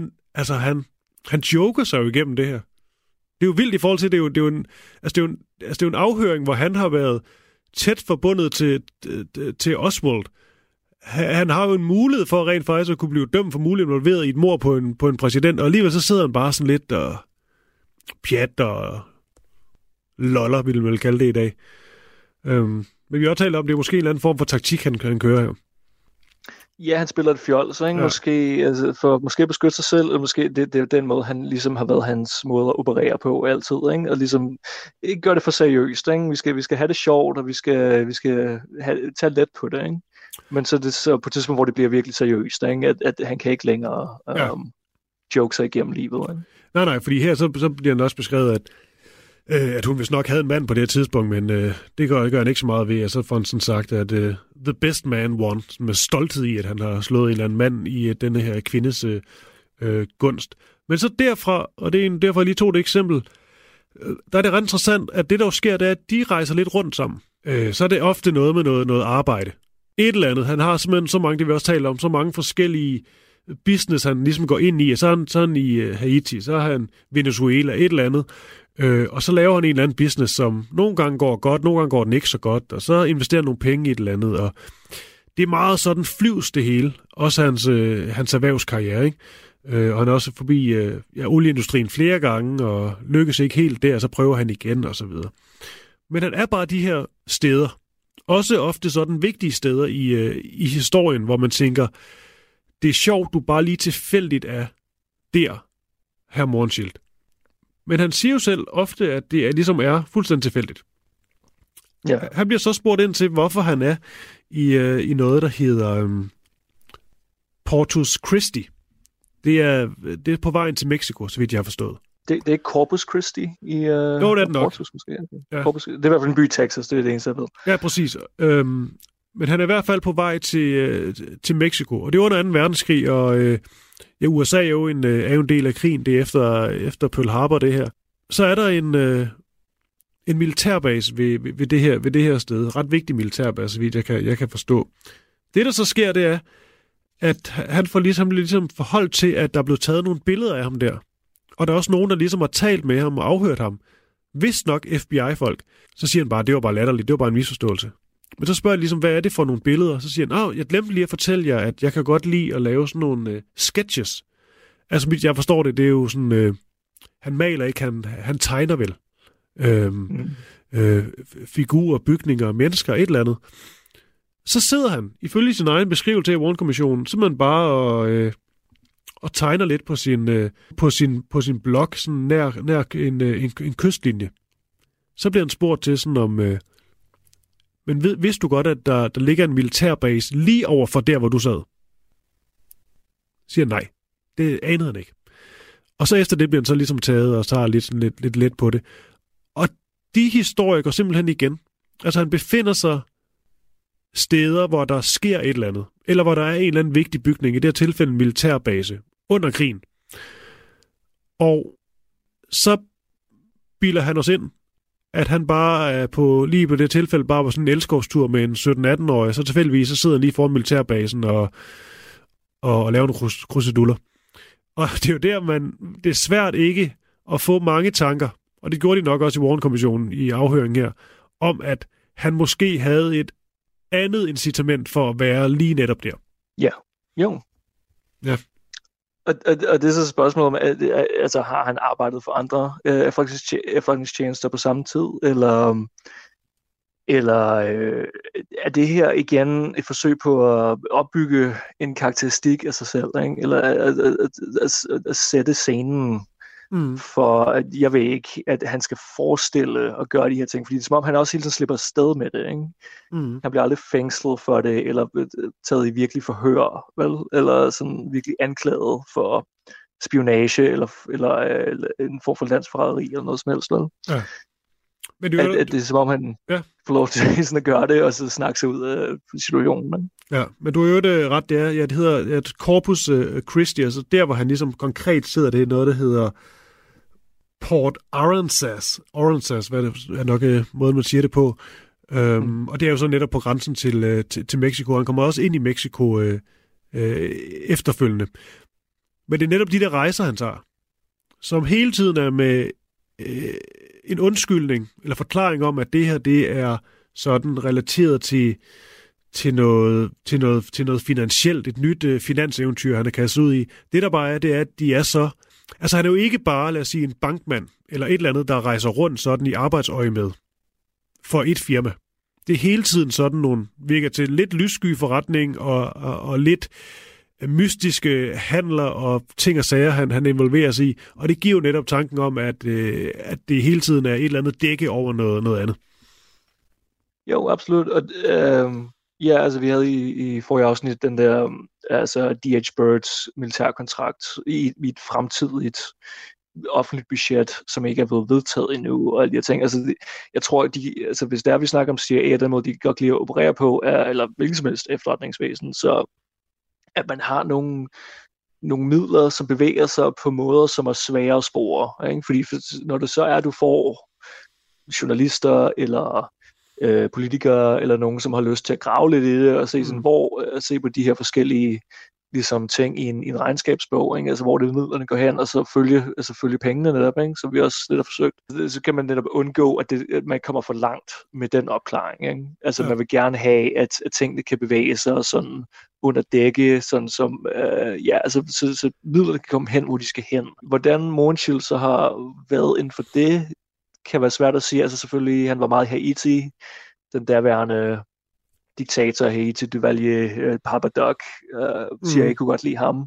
han joker sig jo igennem det her. Det er jo vildt i forhold til, det er jo en afhøring, hvor han har været tæt forbundet til Oswald. Han har jo en mulighed for rent faktisk at kunne blive dømt for muligt involveret i et mord på en præsident, og alligevel så sidder han bare sådan lidt og pjat og loller, vil man vel kalde det i dag. Men vi har også talt om, det er måske en eller anden form for taktik, han kører her. Ja, han spiller et fjol, så ikke? Ja. Måske beskytte sig selv, eller måske det er den måde, han ligesom har været hans måde at operere på altid, ikke? Og ligesom ikke gøre det for seriøst, ikke? Vi skal have det sjovt, og vi skal tage let på det, ikke? Men så på et tidspunkt, hvor det bliver virkelig seriøst, ikke? At han kan ikke længere joke sig igennem livet, ikke? Nej, fordi her så bliver han også beskrevet, at hun vist nok havde en mand på det her tidspunkt, men det gør han ikke så meget ved, og så får han sådan sagt, at the best man won, med stolthed i, at han har slået en eller anden mand i denne her kvindes gunst. Men så derfra, og det er derfor jeg lige tog det eksempel, der er det ret interessant, at det der jo sker, det er, at de rejser lidt rundt sammen. Så er det ofte noget med noget arbejde. Et eller andet. Han har simpelthen så mange, det vi også taler om, så mange forskellige business, han ligesom går ind i, og så er han i Haiti, så har han Venezuela, et eller andet, og så laver han en eller anden business, som nogle gange går godt, nogle gange går den ikke så godt, og så investerer han nogle penge i et eller andet, og det er meget sådan flyvs det hele, også hans erhvervskarriere, ikke? Og han er også forbi olieindustrien flere gange, og lykkes ikke helt der, så prøver han igen, og så videre. Men han er bare de her steder, også ofte sådan vigtige steder i historien, hvor man tænker, det er sjovt, du bare lige tilfældigt er der, hr. Mohrenschildt. Men han siger jo selv ofte, at det ligesom er fuldstændig tilfældigt. Ja. Han bliver så spurgt ind til, hvorfor han er i noget, der hedder Portus Christi. Det er på vejen til Mexico, så vidt jeg har forstået. Det er ikke Corpus Christi i jo, det er den nok. Portus, måske. Ja. Corpus, det er i hvert fald en by i Texas, det er det eneste, jeg ved. Ja, præcis. Men han er i hvert fald på vej til Mexico, og det er under 2. verdenskrig, og USA er jo en del af krigen, det er efter Pearl Harbor, det her. Så er der en militærbase ved det her sted. Ret vigtig militærbase, så vidt jeg kan forstå. Det, der så sker, det er, at han får ligesom forhold til, at der er blevet taget nogle billeder af ham der. Og der er også nogen, der ligesom har talt med ham og afhørt ham. Vist nok FBI-folk. Så siger han bare, det var bare latterligt, det var bare en misforståelse. Men så spørger jeg ligesom, hvad er det for nogle billeder? Så siger han, jeg glemte lige at fortælle jer, at jeg kan godt lide at lave sådan nogle sketches. Altså, jeg forstår det er jo sådan, han maler ikke, han tegner vel. Figurer, bygninger, mennesker, et eller andet. Så sidder han, ifølge sin egen beskrivelse af Warren-kommissionen, simpelthen bare og tegner lidt på sin blog, sådan nær en kystlinje. Så bliver han spurgt til sådan om, men vidste du godt, at der ligger en militærbase lige over for der, hvor du sad? Siger nej. Det anede han ikke. Og så efter det bliver han så ligesom taget og tager lidt let på det. Og de historier går simpelthen igen. Altså han befinder sig steder, hvor der sker et eller andet. Eller hvor der er en eller anden vigtig bygning, i det her tilfælde en militærbase, under krigen. Og så bilder han os ind, at han bare er lige på det tilfælde bare var sådan en elskovstur med en 17-18-årig, så tilfældigvis så sidder han lige foran militærbasen og laver nogle kruseduller. Og det er jo der, det er svært ikke at få mange tanker, og det gjorde de nok også i Warren-kommissionen i afhøringen her, om at han måske havde et andet incitament for at være lige netop der. Ja, jo. Ja. Og det er så et spørgsmål om, altså har han arbejdet for andre efterretningstjenester på samme tid, eller er det her igen et forsøg på at opbygge en karakteristik af sig selv, ikke? Eller at sætte scenen for, at jeg ved ikke, at han skal forestille og gøre de her ting, fordi det er som om, han også hele tiden slipper afsted med det, ikke? Han bliver aldrig fængslet for det, eller taget i virkelig forhør, vel? Eller sådan virkelig anklaget for spionage, eller en form for landsforræderi, eller noget som helst, vel? Ja. Men det er som om, han får lov til sådan at gøre det, og så snakke sig ud af situationen. Men. Ja, men du har jo det ret, det hedder Corpus Christi, altså der, hvor han ligesom konkret sidder, det er noget, der hedder Port Aransas, hvad er nok måden, man siger det på. Og det er jo så netop på grænsen til Mexico. Han kommer også ind i Mexico efterfølgende. Men det er netop de der rejser, han tager, som hele tiden er med en undskyldning eller forklaring om, at det her, det er sådan relateret til noget finansielt, et nyt finanseventyr, han er kastet ud i. Det der bare er, det er, at de er så. Altså han er jo ikke bare, lad os sige, en bankmand eller et eller andet, der rejser rundt sådan i arbejdsøje med for et firma. Det er hele tiden sådan nogle, virker til lidt lyssky forretning og lidt mystiske handler og ting og sager, han involverer sig i. Og det giver jo netop tanken om, at det hele tiden er et eller andet dække over noget andet. Jo, absolut. Og, ja, altså vi havde i forrige afsnit den der altså D.H. Birds militærkontrakt i et fremtidigt offentligt budget, som ikke er blevet vedtaget endnu, og alle de her ting. Altså, jeg tror, altså, hvis der vi snakker om CIA, den måde, de godt kan lide at operere på, eller hvilken som helst efterretningsvæsen, så at man har nogle midler, som bevæger sig på måder, som er svære at spore. Ikke? Fordi når det så er, du får journalister, eller politikere, eller nogen, som har lyst til at grave lidt i det, og se, sådan, se på de her forskellige ligesom ting i en regnskabsbog, ikke? Altså hvor det midlerne går hen, og så følge pengene netop, ikke? Som vi også lidt har forsøgt. Så kan man netop undgå, at man kommer for langt med den opklaring. Ikke? Altså man vil gerne have, at tingene kan bevæge sig sådan under dække, sådan som, så midlerne kan komme hen, hvor de skal hen. Hvordan Mohrenschildt så har været inden for det, kan være svært at sige. Altså selvfølgelig, han var meget i Haiti, den derværende diktator i Haiti, Duvalier, Papa Doc, siger jeg kunne godt lide ham.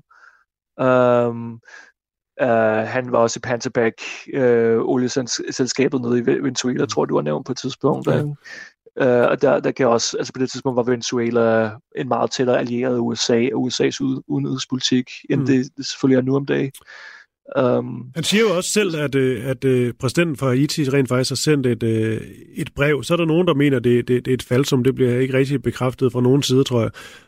Han var også i Pantabac, olieselskabet nede i Venezuela, tror du har nævnt på et tidspunkt. Og der kan også, altså på det tidspunkt var Venezuela en meget tættere allieret af USA og USA's udenrigspolitik, end det selvfølgelig er nu om dagen. Han siger jo også selv, at præsidenten for Haiti rent faktisk har sendt et brev. Så er der nogen, der mener, det er et falsum. Det bliver ikke rigtig bekræftet fra nogen side, tror jeg.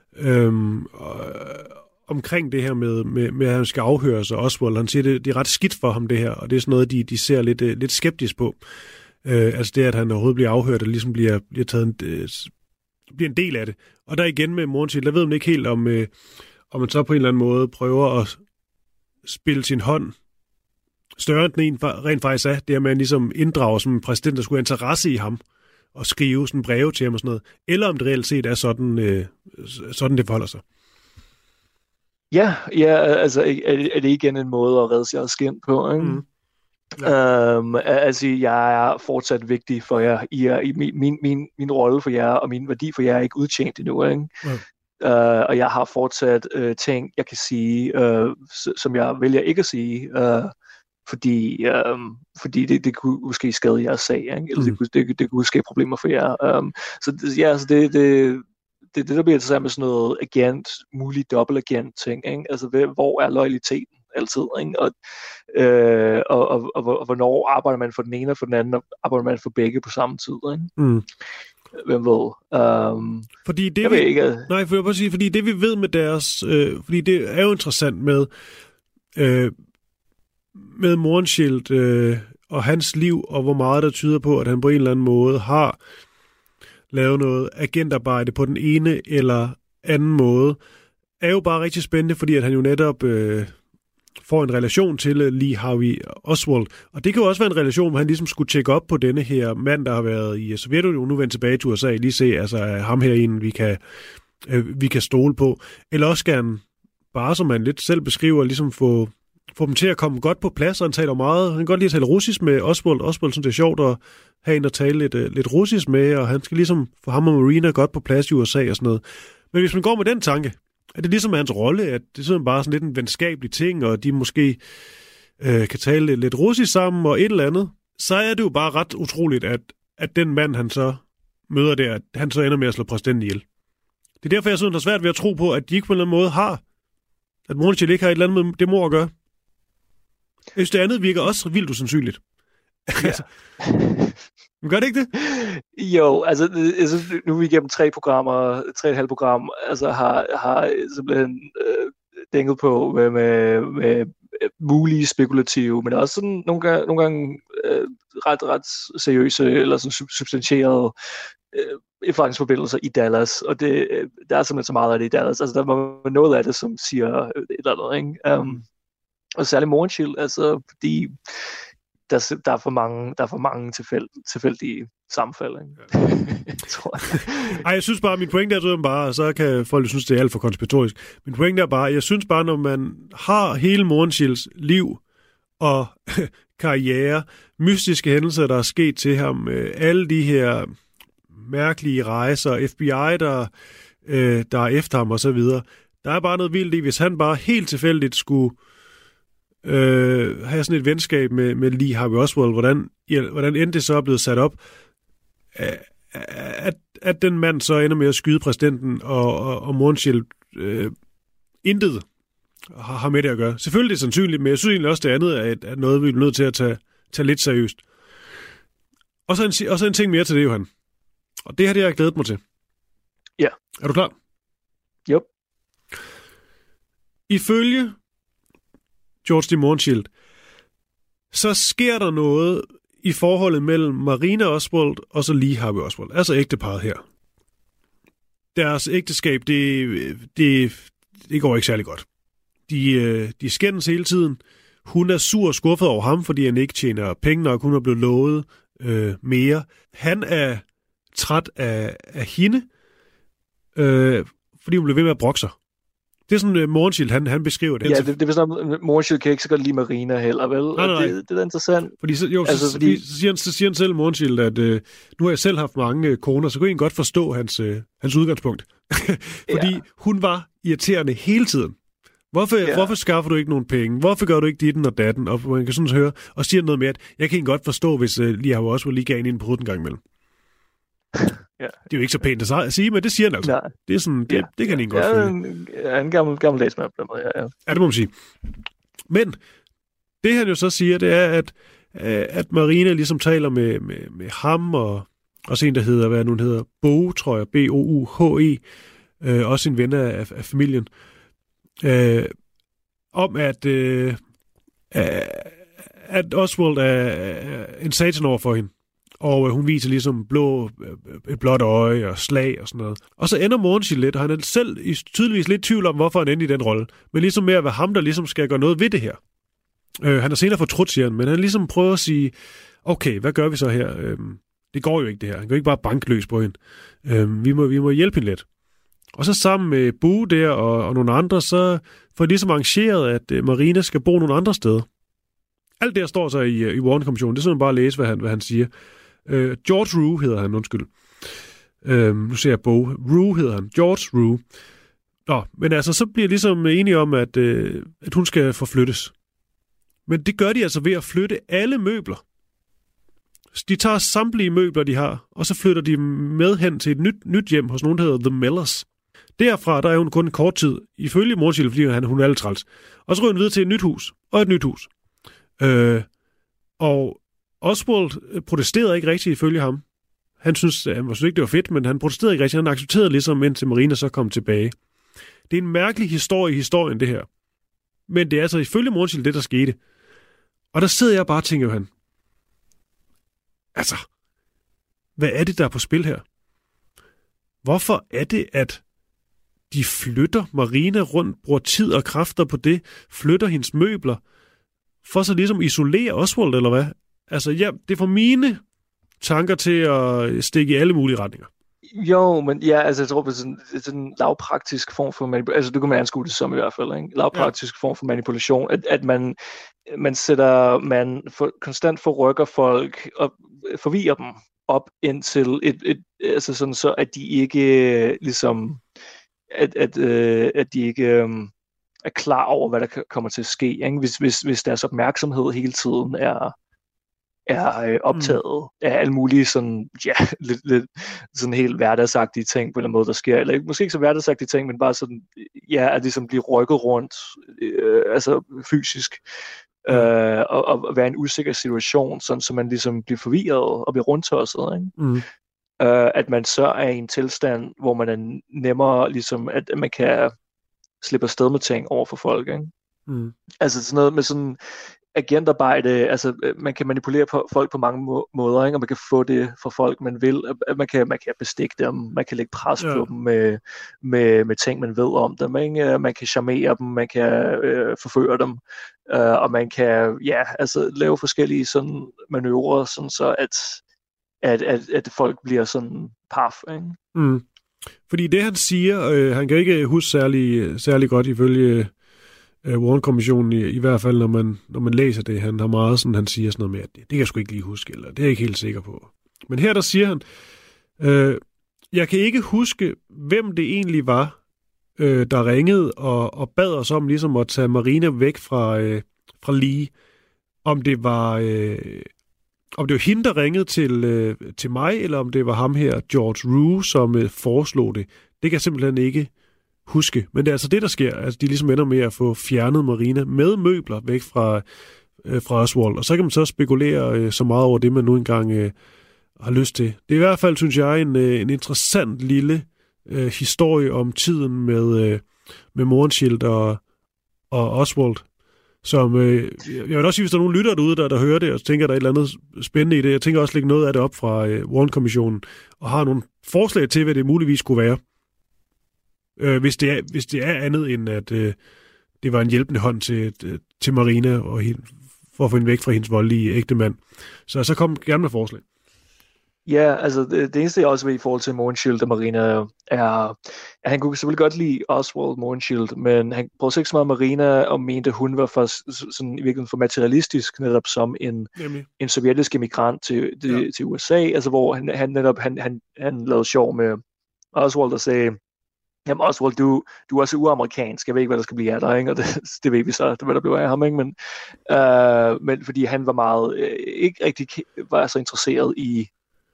Omkring det her med, at han skal afhøres, og Oswald. Han siger, det er ret skidt for ham, det her. Og det er sådan noget, de ser lidt skeptisk på. Altså det, at han overhovedet bliver afhørt, og ligesom bliver taget bliver en del af det. Og der igen med Morgensheld, der ved man ikke helt, om man så på en eller anden måde prøver at spille sin hånd større end den en rent faktisk er, det at man ligesom inddrager som en præsident, der skulle have interesse i ham, og skrive sådan breve til ham og sådan noget. Eller om det reelt set er sådan det forholder sig. Ja, altså er det igen en måde at redde sig af skin på, ikke? Mm. Ja. Altså, jeg er fortsat vigtig for jer. I min rolle for jer og min værdi for jer er ikke udtjent endnu, ikke? Ja. Og jeg har fortsat ting, jeg kan sige, som jeg vælger ikke at sige, fordi det kunne måske skade jeres sag, ikke? Eller det kunne skabe problemer for jer. Så det der bliver interessant med sådan noget agent, mulig dobbeltagent ting, ikke? Altså hvor er loyaliteten altid, ikke? Og hvornår arbejder man for den ene og for den anden, og arbejder man for begge på samme tid, ikke? Mm. Hvem ved? Fordi det fordi det vi ved med deres, fordi det er jo interessant med Morgensheld og hans liv, og hvor meget der tyder på, at han på en eller anden måde har lavet noget agentarbejde på den ene eller anden måde, er jo bare rigtig spændende, fordi at han jo netop får en relation til Lee Harvey Oswald. Og det kan jo også være en relation, hvor han ligesom skulle tjekke op på denne her mand, der har været i Sovjetunionen, nu vendt tilbage til USA, lige se, altså ham herinde, vi kan stole på. Eller også gerne, bare som man lidt selv beskriver, ligesom få dem til at komme godt på plads, og han taler meget. Han kan godt lide at tale russisk med Oswald. Oswald synes, det er sjovt at have en at tale lidt russisk med, og han skal ligesom få ham og Marina godt på plads i USA og sådan noget. Men hvis man går med den tanke, at det ligesom er hans rolle, at det er sådan bare sådan lidt en venskabelig ting, og de måske kan tale lidt russisk sammen og et eller andet, så er det jo bare ret utroligt, at den mand, han så møder der, at han så ender med at slå præsidenten ihjel. Det er derfor, jeg synes, det er svært ved at tro på, at de ikke på en eller anden måde har, at Morgensheld ikke har et eller andet med det mord at gøre. Hvis det andet virker også vildt usandsynligt. Ja. Men gør det ikke det? Jo, altså nu er vi igennem 3,5 program, altså har simpelthen dænket på med mulige spekulative, men også sådan nogle gange ret seriøse eller sådan substantierede efterretningsforbindelser i Dallas, og der er simpelthen så meget af det i Dallas. Altså der var noget af det, som siger et eller andet, ikke? Og særligt Morgensheld, altså fordi der er for mange tilfældige sammenfald, ikke? Tror jeg. Ej, jeg synes bare, min pointe er bare, så kan folk synes, det er alt for konspiratorisk. Min pointe er bare, jeg synes bare, når man har hele Morgensheds liv og karriere, mystiske hændelser, der er sket til ham, alle de her mærkelige rejser, FBI, der er efter ham og så videre. Der er bare noget vildt i, hvis han bare helt tilfældigt skulle have sådan et venskab med Lee Harvey Oswald, hvordan endte det så er blevet sat op, at den mand så ender med at skyde præsidenten, og Morgensheld intet har med det at gøre. Selvfølgelig er det sandsynligt, men jeg synes egentlig også, det andet er noget, vi er nødt til at tage lidt seriøst. Og så en ting mere til det, Johan. Og det har jeg glædet mig til. Ja. Er du klar? Jo. Ifølge George D. Morgensheld, så sker der noget i forholdet mellem Marina Oswald og så Lee Harvey Oswald. Altså ægteparret her. Deres ægteskab, det går ikke særlig godt. De skændes hele tiden. Hun er sur og skuffet over ham, fordi han ikke tjener penge nok. Hun er blevet lovet mere. Han er træt af hende, fordi hun bliver ved med at brokke sig. Det er sådan, Morgensheld, han beskriver det. Ja, det er sådan, Morgensheld kan ikke så godt lide Marina heller, vel? Nej. Det er interessant. Fordi så siger han selv, Morgensheld, at nu har jeg selv haft mange koner, så kunne jeg godt forstå hans udgangspunkt. Fordi hun var irriterende hele tiden. Hvorfor skaffer du ikke nogen penge? Hvorfor gør du ikke ditten og datten? Og man kan sådan høre, og siger noget med, at jeg kan godt forstå, hvis Lee Harvey Oswald lige gav en på den gang imellem. Ja. Det er jo ikke så pænt at sige, men det siger han altså. Ja. Det er sådan, det kan han godt føle. Ja, en gammeldags mand. Ja. Ja, det må man sige. Men det han jo så siger, det er, at Marina ligesom taler med ham, og også en, der hedder, hvad nu hedder, Bo, tror jeg, B-O-U-H-E, også en ven af familien, om at Oswald er en satan over for hende. Og hun viser ligesom et blåt øje og slag og sådan noget. Og så ender Morgensheld lidt, og han er selv tydeligvis lidt i tvivl om, hvorfor han ender i den rolle. Men ligesom med at være ham, der ligesom skal gøre noget ved det her. Han har senere fortrudt, siger han, men han ligesom prøver at sige, okay, hvad gør vi så her? Det går jo ikke det her. Han kan jo ikke bare banke løs på hende. Vi må hjælpe hende lidt. Og så sammen med Boo der og nogle andre, så får de ligesom arrangeret, at Marina skal bo nogle andre steder. Alt det her står så i Warren-kommissionen. Det er sådan bare at læse, hvad han siger. George Rue hedder han, undskyld. Nu ser jeg Bo. Rue hedder han. George Rue. Nå, men altså, så bliver ligesom enige om, at hun skal forflyttes. Men det gør de altså ved at flytte alle møbler. De tager samtlige møbler, de har, og så flytter de med hen til et nyt hjem hos nogen, der hedder The Mellers. Derfra, der er hun kun en kort tid, ifølge Morgensheld, fordi hun er alle træls. Og så ryger hun videre til et nyt hus, og et nyt hus. Og Oswald protesterede ikke rigtigt ifølge ham. Han synes ikke, det var fedt, men han protesterede ikke rigtigt. Han accepterede ligesom, indtil Marina så kom tilbage. Det er en mærkelig historie i historien, det her. Men det er altså ifølge Morgensheld det, der skete. Og der sidder jeg bare og tænker, han, altså, hvad er det, der er på spil her? Hvorfor er det, at de flytter Marina rundt, bruger tid og kræfter på det, flytter hendes møbler, for så ligesom isolere Oswald, eller hvad? Altså, ja, det får mine tanker til at stikke i alle mulige retninger. Jo, men ja, altså jeg tror på sådan en lavpraktisk form for manipulation, altså det kan man anskue det som i hvert fald, ikke? Lavpraktisk form for manipulation, at man konstant forrykker folk og forvirrer dem op indtil altså sådan så, at de ikke ligesom, at de ikke er klar over, hvad der kommer til at ske, ikke? Hvis deres opmærksomhed hele tiden er optaget af alle mulige sådan, ja, lidt sådan helt hverdagsagtige ting på en eller anden måde, der sker. Eller måske ikke så hverdagsagtige ting, men bare sådan, ja, at ligesom blive rykket rundt, altså fysisk, og være i en usikker situation, sådan så man ligesom bliver forvirret og bliver rundtosset, ikke? At man så er i en tilstand, hvor man er nemmere, ligesom, at man kan slippe afsted med ting over for folk, ikke? Altså sådan noget med sådan agentarbejde, altså man kan manipulere på folk på mange måder, ikke? Og man kan få det fra folk, man vil. Man kan bestikke dem, man kan lægge pres på dem med ting, man ved om dem, ikke? Man kan charmere dem, man kan forføre dem, og man kan altså lave forskellige sådan manøvrer, sådan så at folk bliver sådan paf, ikke? Fordi det han siger, han kan ikke huske særlig godt ifølge Warren-kommissionen, i hvert fald når man læser det. Han har meget sådan, han siger sådan noget med, at det kan jeg sgu ikke lige huske, eller det er jeg ikke helt sikker på. Men her der siger han, jeg kan ikke huske, hvem det egentlig var, der ringede og bad os om ligesom at tage Marina væk fra Lee. Om det var hende, der ringede til mig, eller om det var ham her, George Rue, som foreslog det. Det kan jeg simpelthen ikke huske. Men det er altså det, der sker. Altså, de ligesom ender med at få fjernet Marina med møbler væk fra Oswald. Og så kan man så spekulere så meget over det, man nu engang har lyst til. Det er i hvert fald, synes jeg, en interessant lille historie om tiden med Morgensheld og Oswald. Som, jeg vil også sige, hvis der er nogle lyttere derude, der hører det, og tænker, der er et eller andet spændende i det. Jeg tænker også lægge noget af det op fra Warren-kommissionen, og har nogle forslag til, hvad det muligvis kunne være. Hvis det er andet end, at det var en hjælpende hånd til Marina, og for at få hende væk fra hendes voldelige ægtemand. Så kom gerne med forslag. Ja, altså det eneste, jeg også ved i forhold til Morgensheld og Marina, er, at han kunne selvfølgelig godt lide Oswald Morgensheld, men han brugte ikke så meget Marina, og mente, at hun var sådan, i virkeligheden for materialistisk, netop som en sovjetisk emigrant til USA, altså hvor han lavede sjov med Oswald og sagde, jamen Oswald, du er også uamerikansk, jeg ved ikke, hvad der skal blive af dig, ikke? Og det ved vi så, det hvad der blev af ham, ikke? Men fordi han var meget, ikke rigtig var så interesseret i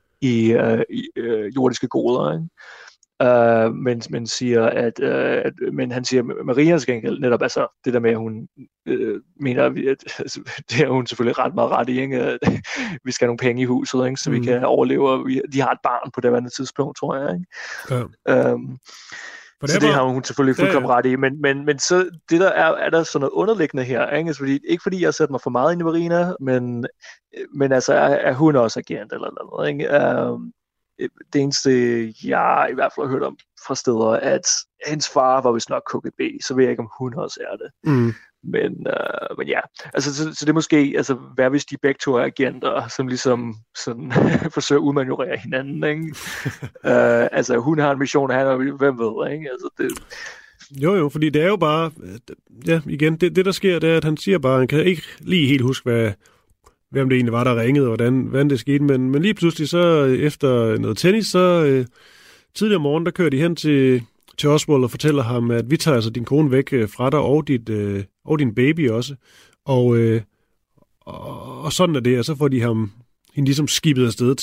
jordiske goder, ikke? Men siger, men han siger, Maria skal gengæld netop, altså det der med, at hun mener, at det er hun selvfølgelig ret meget ret i, ikke? Vi skal have nogle penge i huset, ikke? Så vi kan overleve, de har et barn på det andet tidspunkt, tror jeg, ikke? Så det har hun selvfølgelig fuldkommen ret i. Men så det der er der sådan noget underliggende her, ikke? Altså, ikke fordi jeg sætter mig for meget ind i Marina, men altså er hun også agent eller noget, ikke? Det eneste, jeg i hvert fald har hørt om fra steder, at hendes far var vist nok KGB, så ved jeg ikke, om hun også er det. Men ja, altså så det er måske, altså hvad hvis de begge to er agenter, som ligesom sådan forsøger at udmanøvrere hinanden, ikke? Altså hun har en mission, og han er, hvem ved, ikke? Altså det... Jo, fordi det er jo bare, ja igen, det der sker, det er, at han siger bare, han kan ikke lige helt huske, hvem det egentlig var, der ringede, og hvordan det skete, men lige pludselig så, efter noget tennis, så tidligere om morgenen, der kører de hen til Oswald og fortæller ham, at vi tager altså din kone væk fra dig, og din baby også, og sådan er det, og så får de hende ligesom skibet afsted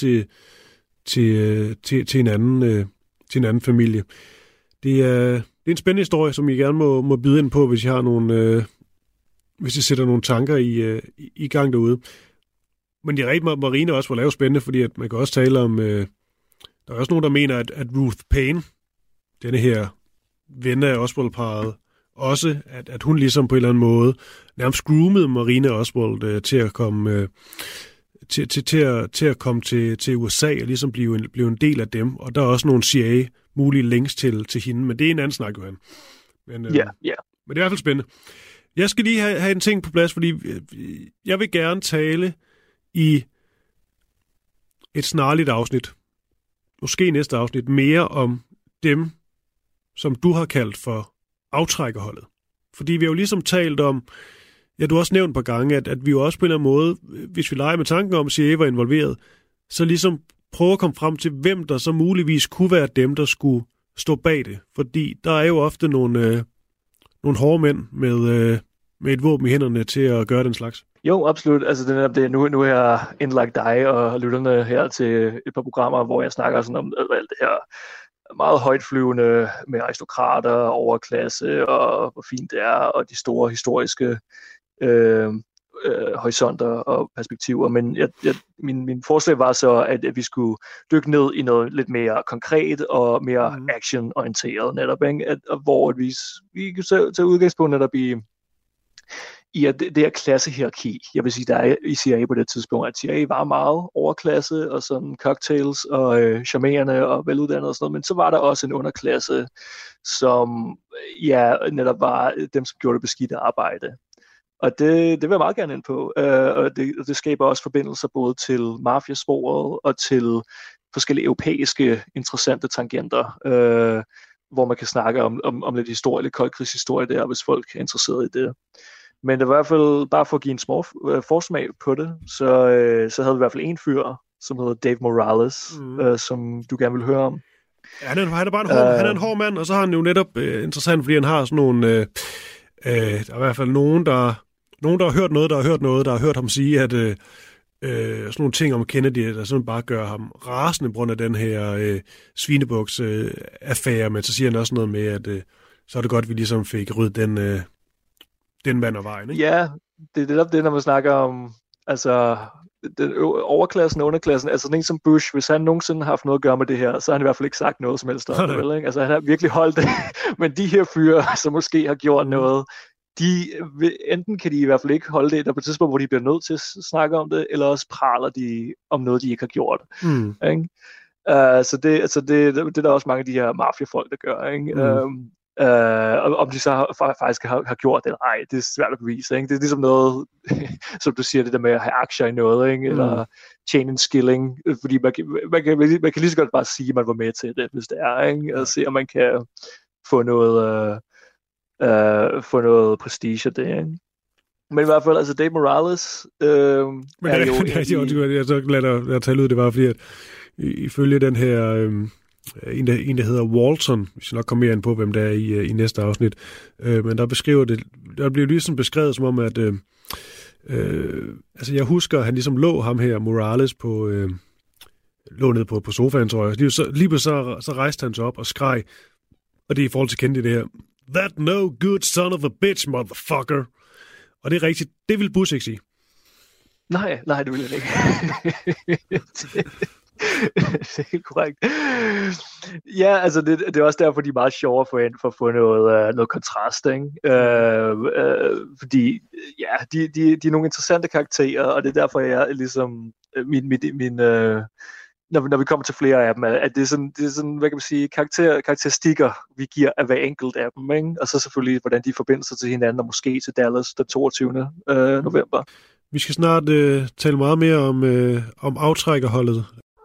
til en anden familie. Det er en spændende historie, som I gerne må byde ind på, hvis I har hvis I sætter nogle tanker i gang derude. Men det er rigtigt, Marina også var lave spændende, fordi at man kan også tale om, der er også nogen, der mener, at Ruth Payne, denne her ven af Oswald-parret, også, at hun ligesom på en eller anden måde nærmest groomede Marina Oswald til at komme til at komme til USA og ligesom blive en del af dem. Og der er også nogle CIA-mulige links til hende, men det er en anden snak, Johan. Men det er i hvert fald spændende. Jeg skal lige have en ting på plads, fordi jeg vil gerne tale i et snarligt afsnit, måske næste afsnit, mere om dem, som du har kaldt for aftrækkerholdet. Fordi vi har jo ligesom talt om, ja, du har også nævnt et par gange, at vi jo også på en eller anden måde, hvis vi leger med tanken om, at CIA var involveret, så ligesom prøve at komme frem til, hvem der så muligvis kunne være dem, der skulle stå bag det. Fordi der er jo ofte nogle hårde mænd med et våben i hænderne til at gøre den slags. Jo, absolut. Altså nu er jeg indlagt dig og lytterne her til et par programmer, hvor jeg snakker sådan om alt det her meget højtflyvende med aristokrater, overklasse og hvor fint det er, og de store historiske horisonter og perspektiver. Men min forslag var så, at vi skulle dykke ned i noget lidt mere konkret og mere actionorienteret netop, ikke? Hvor vi kan tage udgangspunkt netop i at det her klassehierarki. Jeg vil sige, der er i CIA på det tidspunkt, at CIA var meget overklasse og sådan cocktails og charmerende og veluddannet og sådan noget, men så var der også en underklasse, som netop var dem, som gjorde det beskidte arbejde. Og det vil jeg meget gerne ind på. Og det skaber også forbindelser både til mafiasporet og til forskellige europæiske interessante tangenter, hvor man kan snakke om lidt historie, lidt koldkrigshistorie der, hvis folk er interesseret i det. Men det var i hvert fald, bare for at give en små forsmag på det, så havde vi i hvert fald en fyr, som hedder Dave Morales, som du gerne vil høre om. Ja, han er bare han er en hård mand, og så har han jo netop interessant, fordi han har sådan nogle, der er i hvert fald nogen, der har hørt noget, der har hørt ham sige, at sådan nogle ting om Kennedy, der sådan bare gør ham rasende på grund af den her svinebuks-affære, men så siger han også noget med, at så er det godt, at vi ligesom fik ryddet den mand af vejen, ikke? Ja, det er det, når man snakker om altså den overklassen og underklassen. Altså sådan en som Bush, hvis han nogensinde har haft noget at gøre med det her, så har han i hvert fald ikke sagt noget som helst om det, vel, ikke? Altså han har virkelig holdt det. Men de her fyre, som måske har gjort noget, enten kan de i hvert fald ikke holde det, der på et tidspunkt, hvor de bliver nødt til at snakke om det, eller også praler de om noget, de ikke har gjort. Ikke? Så det er der også mange af de her mafiafolk, der gør, ikke? Om de så faktisk har gjort det eller ej, det er svært at bevise, ikke? Det er ligesom noget, som du siger, det der med at have aktier i noget, ikke? Eller chain and skilling, fordi man kan lige så godt bare sige, at man var med til det, hvis det er, ikke? Og se, om man kan få noget prestige af det, ikke? Men i hvert fald, altså Dave Morales er jo... Jeg taler ud, det var fordi, at ifølge den her... en, der hedder Walton, hvis jeg nok kommer mere ind på, hvem der er i næste afsnit, men der beskriver det, der bliver ligesom beskrevet som om, at altså jeg husker, at han ligesom lå ham her, Morales, lå ned på sofaen, tror jeg. Lige så rejste han sig op og skreg, og det er i forhold til Kennedy det her, that no good son of a bitch, motherfucker. Og det er rigtigt, det vil Bush ikke sige. Nej, det vil jeg ikke. Det er helt korrekt. Ja, altså det er også derfor, de er meget sjovere for at få noget kontrast, ikke? Fordi ja, de er nogle interessante karakterer, og det er derfor, jeg ligesom når vi kommer til flere af dem, at det er sådan, hvad kan man sige, karakteristikker, vi giver af hver enkelt af dem, ikke? Og så selvfølgelig, hvordan de forbinder sig til hinanden, og måske til Dallas den 22. november. Vi skal snart tale meget mere om aftrækkerholdet.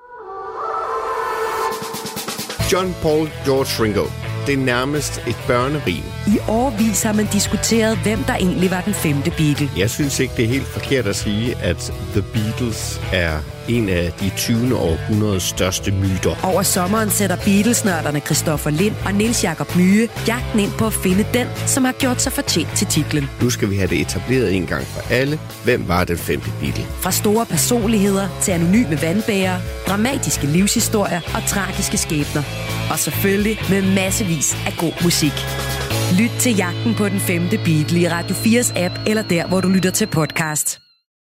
John Paul George Ringo. Det er nærmest et børnerim. I årevis har man diskuteret, hvem der egentlig var den 5. Beatle. Jeg synes ikke, det er helt forkert at sige, at The Beatles er en af de 20. århundredes største myter. Over sommeren sætter Beatles-nørderne Christoffer Lind og Niels Jakob Myhe jagten ind på at finde den, som har gjort sig fortjent til titlen. Nu skal vi have det etableret en gang for alle. Hvem var den 5. Beatle? Fra store personligheder til anonyme vandbærere, dramatiske livshistorier og tragiske skæbner. Og selvfølgelig med massevis af god musik. Lyt til jagten på den 5. Beatle i Radio 4's app eller der, hvor du lytter til podcast.